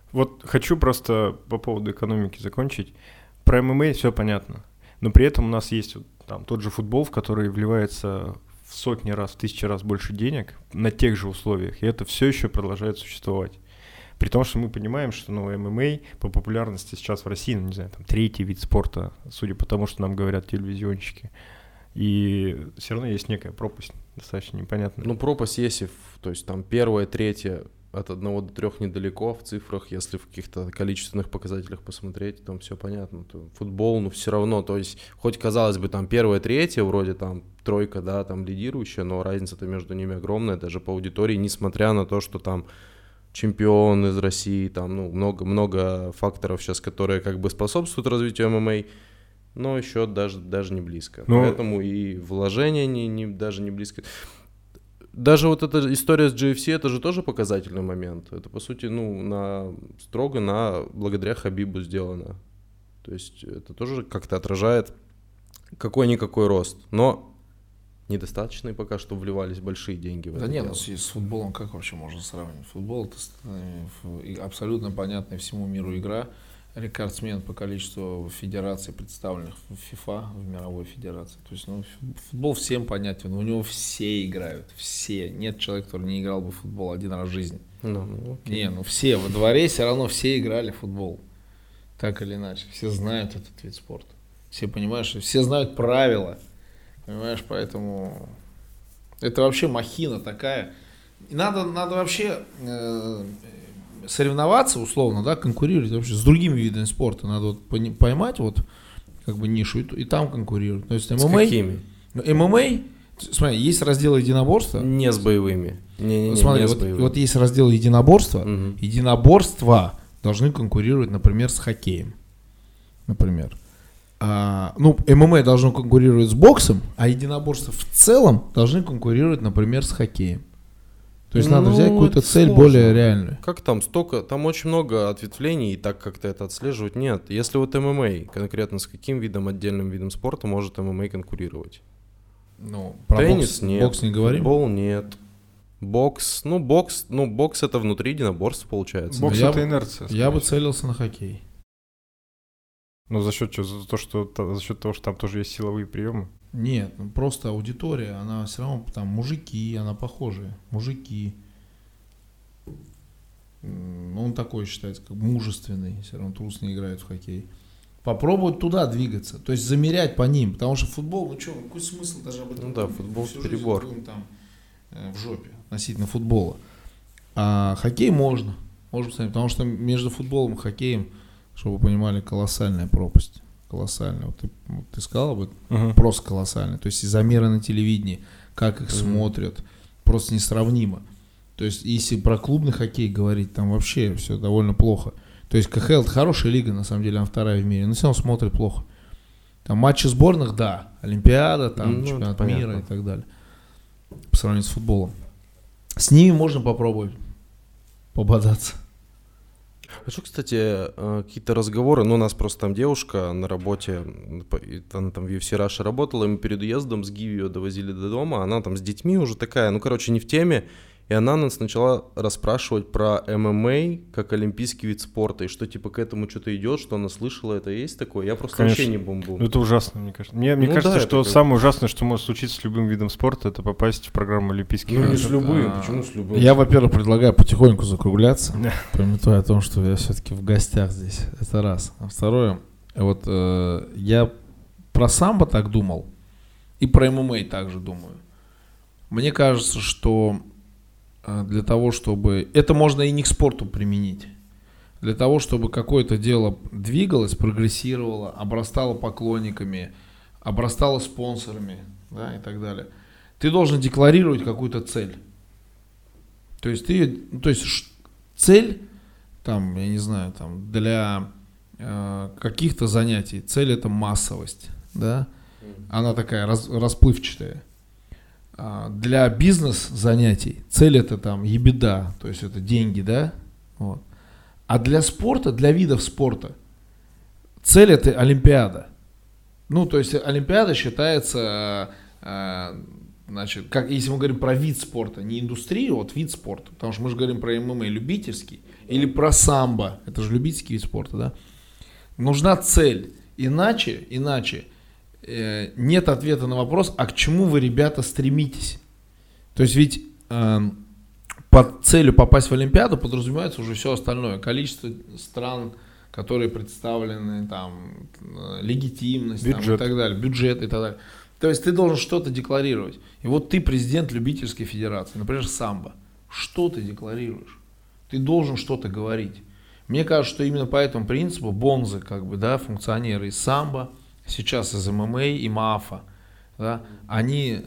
Speaker 3: Вот хочу просто по поводу экономики закончить. Про ММА все понятно. Но при этом у нас есть вот там тот же футбол, в который вливается в сотни раз, в тысячи раз больше денег на тех же условиях. И это все еще продолжает существовать. При том, что мы понимаем, что ММА по популярности сейчас в России, не знаю, там 3-й вид спорта, судя по тому, что нам говорят телевизионщики. И все равно есть некая пропасть, достаточно непонятная.
Speaker 2: Пропасть есть, то есть там 1-е, 3-е от 1 до 3 недалеко в цифрах, если в каких-то количественных показателях посмотреть, там все понятно. Футбол, все равно, то есть хоть казалось бы там 1-е, 3-е, вроде там 3, да, там лидирующая, но разница-то между ними огромная, даже по аудитории, несмотря на то, что там чемпион из России, там, много факторов сейчас, которые как бы способствуют развитию ММА, но еще даже не близко. Поэтому и вложения даже не близко. Даже вот эта история с GFC, это же тоже показательный момент. Это, по сути, строго благодаря Хабибу сделано. То есть это тоже как-то отражает какой-никакой рост. Но недостаточно пока что вливались большие деньги в это.
Speaker 1: Да нет, с футболом как вообще можно сравнивать? Футбол — это абсолютно понятная всему миру игра. Рекордсмен по количеству федераций, представленных в FIFA, в мировой федерации. То есть, футбол всем понятен, у него все играют, все. Нет человека, который не играл бы в футбол один раз в жизни. Все. Во дворе все равно все играли в футбол. Так или иначе. Все знают этот вид спорта. Все понимают, что все знают правила. Понимаешь, поэтому это вообще махина такая. Надо вообще соревноваться условно, да, конкурировать вообще с другими видами спорта. Надо вот поймать вот как бы нишу и там конкурировать. То есть ММА.
Speaker 2: С какими?
Speaker 1: ММА, смотри, есть раздел единоборства.
Speaker 2: Не с боевыми.
Speaker 1: Смотри, вот есть раздел единоборства. Угу. Единоборства должны конкурировать, например, с хоккеем. Например. ММА должно конкурировать с боксом, а единоборства в целом должны конкурировать, например, с хоккеем. То есть надо взять какую-то цель сложно. Более реальную.
Speaker 2: Как там там очень много ответвлений, и так как-то это отслеживать нет. Если вот ММА, конкретно с каким отдельным видом спорта может ММА конкурировать?
Speaker 1: Про
Speaker 2: теннис нет.
Speaker 1: Бокс не говорим?
Speaker 2: Футбол нет. Бокс это внутри единоборств получается.
Speaker 3: Бокс это инерция.
Speaker 1: Я бы целился на хоккей.
Speaker 3: За счет чего? За счет того, что там тоже есть силовые приемы?
Speaker 1: Нет, просто аудитория, она все равно там мужики, она похожая. Мужики. Он такой считается, как мужественный, все равно трус не играет в хоккей. Попробовать туда двигаться, то есть замерять по ним, потому что футбол, какой смысл даже об этом?
Speaker 2: Футбол перебор.
Speaker 1: Там в жопе относительно футбола. А хоккей можно посмотреть, потому что между футболом и хоккеем, чтобы вы понимали, колоссальная пропасть. Колоссальная. Вот ты сказал об этом? Просто колоссальная. То есть и замеры на телевидении, как их смотрят, просто несравнимо. То есть если про клубный хоккей говорить, там вообще все довольно плохо. То есть КХЛ — это хорошая лига, на самом деле, она вторая в мире, но все равно смотрят плохо. Там матчи сборных, да, Олимпиада, там чемпионат мира и так далее. По сравнению с футболом. С ними можно попробовать пободаться.
Speaker 2: Хочу, кстати, какие-то разговоры, у нас просто там девушка на работе, она там в UFC Russia работала, и мы перед уездом с Гиви ее довозили до дома, она там с детьми уже такая, не в теме, и она нас начала расспрашивать про ММА как олимпийский вид спорта, и что к этому что-то идет, что она слышала, это есть такое, я просто вообще не бомбу.
Speaker 3: Это ужасно, мне кажется. Мне кажется, что самое ужасное, что может случиться с любым видом спорта, это попасть в программу олимпийских игр.
Speaker 2: Не с любым, почему с любым?
Speaker 1: Я, во-первых, предлагаю потихоньку закругляться, пометуя о том, что я все-таки в гостях здесь, это раз. А второе, я про самбо так думал, и про ММА также думаю. Мне кажется, что для того, чтобы... Это можно и не к спорту применить. Для того, чтобы какое-то дело двигалось, прогрессировало, обрастало поклонниками, обрастало спонсорами, да, и так далее, ты должен декларировать какую-то цель. То есть цель, там, я не знаю, там, для каких-то занятий, цель — это массовость, да, она такая расплывчатая. Для бизнес-занятий цель — это там ебеда, то есть это деньги, да? Вот. А для спорта, для видов спорта, цель — это Олимпиада. То есть Олимпиада считается, как если мы говорим про вид спорта, не индустрию, вид спорта, потому что мы же говорим про ММА любительский, Или про самбо. Это же любительский вид спорта, да? Нужна цель. Иначе нет ответа на вопрос, а к чему вы, ребята, стремитесь? То есть ведь под целью попасть в Олимпиаду подразумевается уже все остальное. Количество стран, которые представлены, там, легитимность там, и так далее, бюджет и так далее. То есть ты должен что-то декларировать. И вот ты президент любительской федерации, например, самбо. Что ты декларируешь? Ты должен что-то говорить. Мне кажется, что именно по этому принципу бонзы, как бы, да, функционеры из самбо, сейчас из ММА и МАФа, да, они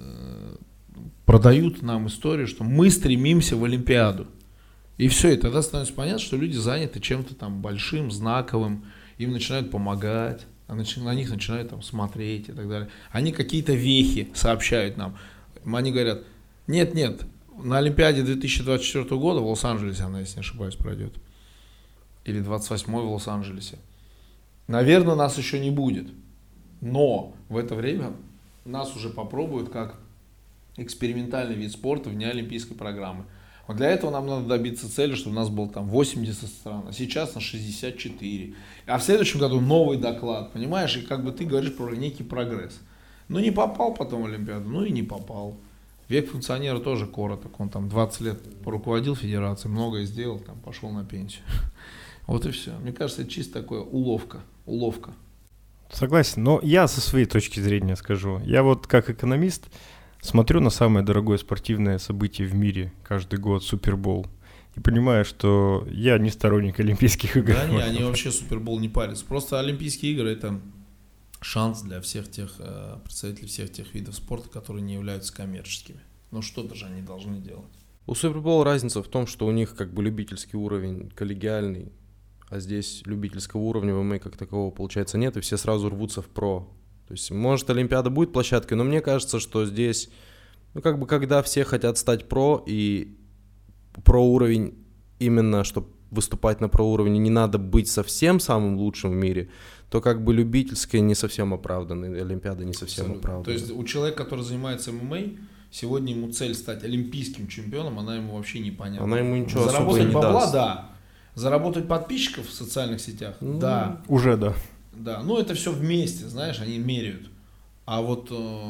Speaker 1: продают нам историю, что мы стремимся в Олимпиаду. И все, и тогда становится понятно, что люди заняты чем-то там большим, знаковым, им начинают помогать, на них начинают там смотреть и так далее. Они какие-то вехи сообщают нам. Они говорят, нет, на Олимпиаде 2024 года в Лос-Анджелесе, она, если не ошибаюсь, пройдет, или 28-й в Лос-Анджелесе, наверное, нас еще не будет. Но в это время нас уже попробуют как экспериментальный вид спорта вне олимпийской программы. Вот для этого нам надо добиться цели, чтобы у нас было там 80 стран, а сейчас на 64. А в следующем году новый доклад, понимаешь? И как бы ты говоришь про некий прогресс. Ну не попал потом в Олимпиаду, ну и не попал. Век функционера тоже короток. Он там 20 лет поруководил федерацией, многое сделал, там пошел на пенсию. Вот и все. Мне кажется, это чисто такое уловка.
Speaker 3: Согласен, но я со своей точки зрения скажу. Я вот как экономист смотрю на самое дорогое спортивное событие в мире каждый год, Супербол, и понимаю, что я не сторонник Олимпийских игр.
Speaker 1: Да, они вообще Супербол не парятся. Просто Олимпийские игры — это шанс для всех тех представителей всех тех видов спорта, которые не являются коммерческими. Но что-то же они должны делать.
Speaker 2: У Супербола разница в том, что у них как бы любительский уровень коллегиальный, а здесь любительского уровня в ММА как такового получается нет, и все сразу рвутся в про. То есть, может, Олимпиада будет площадкой, но мне кажется, что здесь, ну, как бы, когда все хотят стать про, и про уровень, именно, чтобы выступать на про уровне, не надо быть совсем самым лучшим в мире, то как бы любительская не совсем оправдана, Олимпиада не совсем оправдана.
Speaker 1: То есть, у человека, который занимается ММА, сегодня ему цель стать олимпийским чемпионом, она ему вообще непонятна.
Speaker 2: Она ему ничего
Speaker 1: особо и не
Speaker 2: бабла,
Speaker 1: даст. Да. Заработать подписчиков в социальных сетях, да.
Speaker 3: Уже да.
Speaker 1: Да, ну это все вместе, знаешь, они меряют. А вот,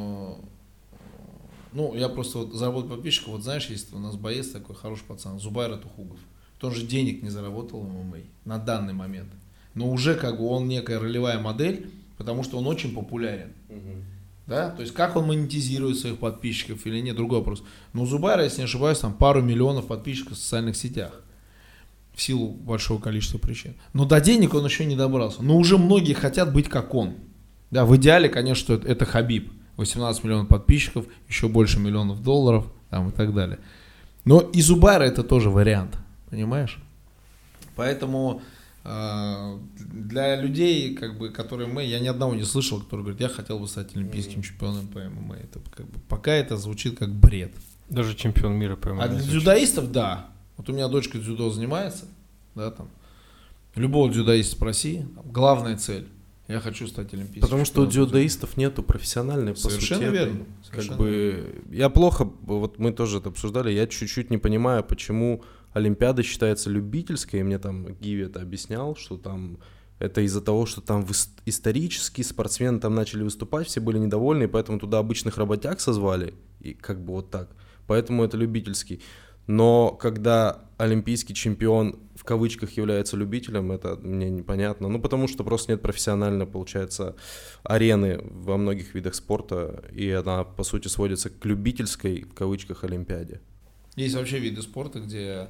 Speaker 1: ну, я просто вот заработал подписчиков, вот знаешь, есть у нас боец такой, хороший пацан, Зубайр Тухугов. Он же денег не заработал в ММА на данный момент. Но уже как бы он некая ролевая модель, потому что он очень популярен. Да? То есть как он монетизирует своих подписчиков или нет, другой вопрос. Но у Зубайра, если не ошибаюсь, там пару миллионов подписчиков в социальных сетях. В силу большого количества причин. Но до денег он еще не добрался. Но уже многие хотят быть как он. Да, в идеале, конечно, это Хабиб. 18 миллионов подписчиков, еще больше миллионов долларов там, и так далее. Но и Зубайра это тоже вариант. Понимаешь? Поэтому для людей, как бы, которые я ни одного не слышал, который говорит, я хотел бы стать олимпийским чемпионом по ММА. Это, как бы, пока это звучит как бред.
Speaker 3: Даже чемпион мира по ММА.
Speaker 1: А для дзюдоистов, да. Вот у меня дочка дзюдо занимается, да, там. Любого дзюдоиста спроси, там, главная цель. Я хочу стать олимпийским.
Speaker 2: Потому что у дзюдоистов нету профессиональной,
Speaker 1: совершенно верно.
Speaker 2: Совершенно верно. Я плохо, вот мы тоже это обсуждали, я чуть-чуть не понимаю, почему Олимпиада считается любительской. Мне там Гиви это объяснял, что там это из-за того, что там исторически спортсмены там начали выступать, все были недовольны, и поэтому туда обычных работяг созвали, и как бы вот так. Поэтому это любительский. Но когда олимпийский чемпион в кавычках является любителем, это мне непонятно. Ну, потому что просто нет профессионально, получается, арены во многих видах спорта, и она, по сути, сводится к любительской, в кавычках, Олимпиаде.
Speaker 1: Есть вообще виды спорта, где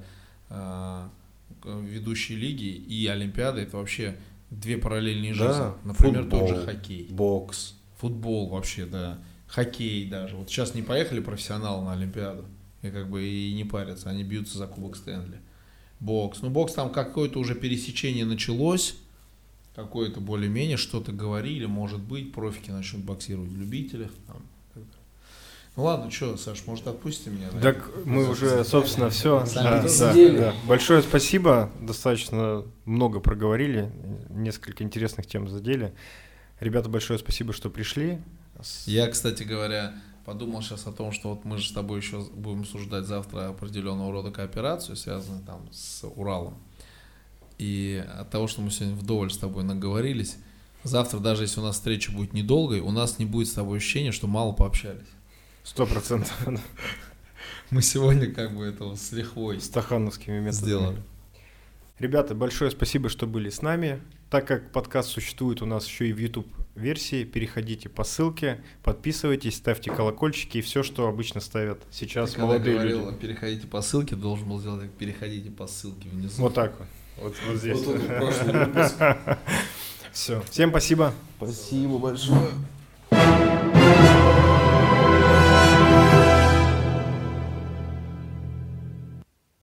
Speaker 1: ведущие лиги и Олимпиады — это вообще две параллельные жизни.
Speaker 2: Да,
Speaker 1: например,
Speaker 2: футбол,
Speaker 1: тот же хоккей.
Speaker 2: Бокс.
Speaker 1: Футбол вообще, да. Хоккей даже. Вот сейчас не поехали профессионалы на Олимпиаду. И как бы и не парятся, они бьются за Кубок Стэнли. Бокс. Ну, бокс там какое-то уже пересечение началось, какое-то более-менее, что-то говорили, может быть, профики начнут боксировать в любителях. Там. Ну ладно, что, Саш, может, отпустите меня?
Speaker 3: Так мы уже, собственно, все. Да. Большое спасибо, достаточно много проговорили, несколько интересных тем задели. Ребята, большое спасибо, что пришли.
Speaker 1: Я, кстати говоря, подумал сейчас о том, что вот мы же с тобой еще будем обсуждать завтра определенного рода кооперацию, связанную там с Уралом. И от того, что мы сегодня вдоволь с тобой наговорились, завтра, даже если у нас встреча будет недолгой, у нас не будет с тобой ощущения, что мало пообщались.
Speaker 3: 100%.
Speaker 1: Мы сегодня как бы это с лихвой
Speaker 3: стахановскими методами
Speaker 1: сделали.
Speaker 3: Ребята, большое спасибо, что были с нами. Так как подкаст существует у нас еще и в YouTube-версии, переходите по ссылке, подписывайтесь, ставьте колокольчики и все, что обычно ставят сейчас
Speaker 1: ты
Speaker 3: молодые
Speaker 1: когда говорил,
Speaker 3: люди.
Speaker 1: Переходите по ссылке, должен был сделать так, переходите по ссылке внизу.
Speaker 3: Вот так вот. Вот здесь.
Speaker 2: Вот прошлый выпуск.
Speaker 3: Все. Всем спасибо.
Speaker 2: Спасибо большое.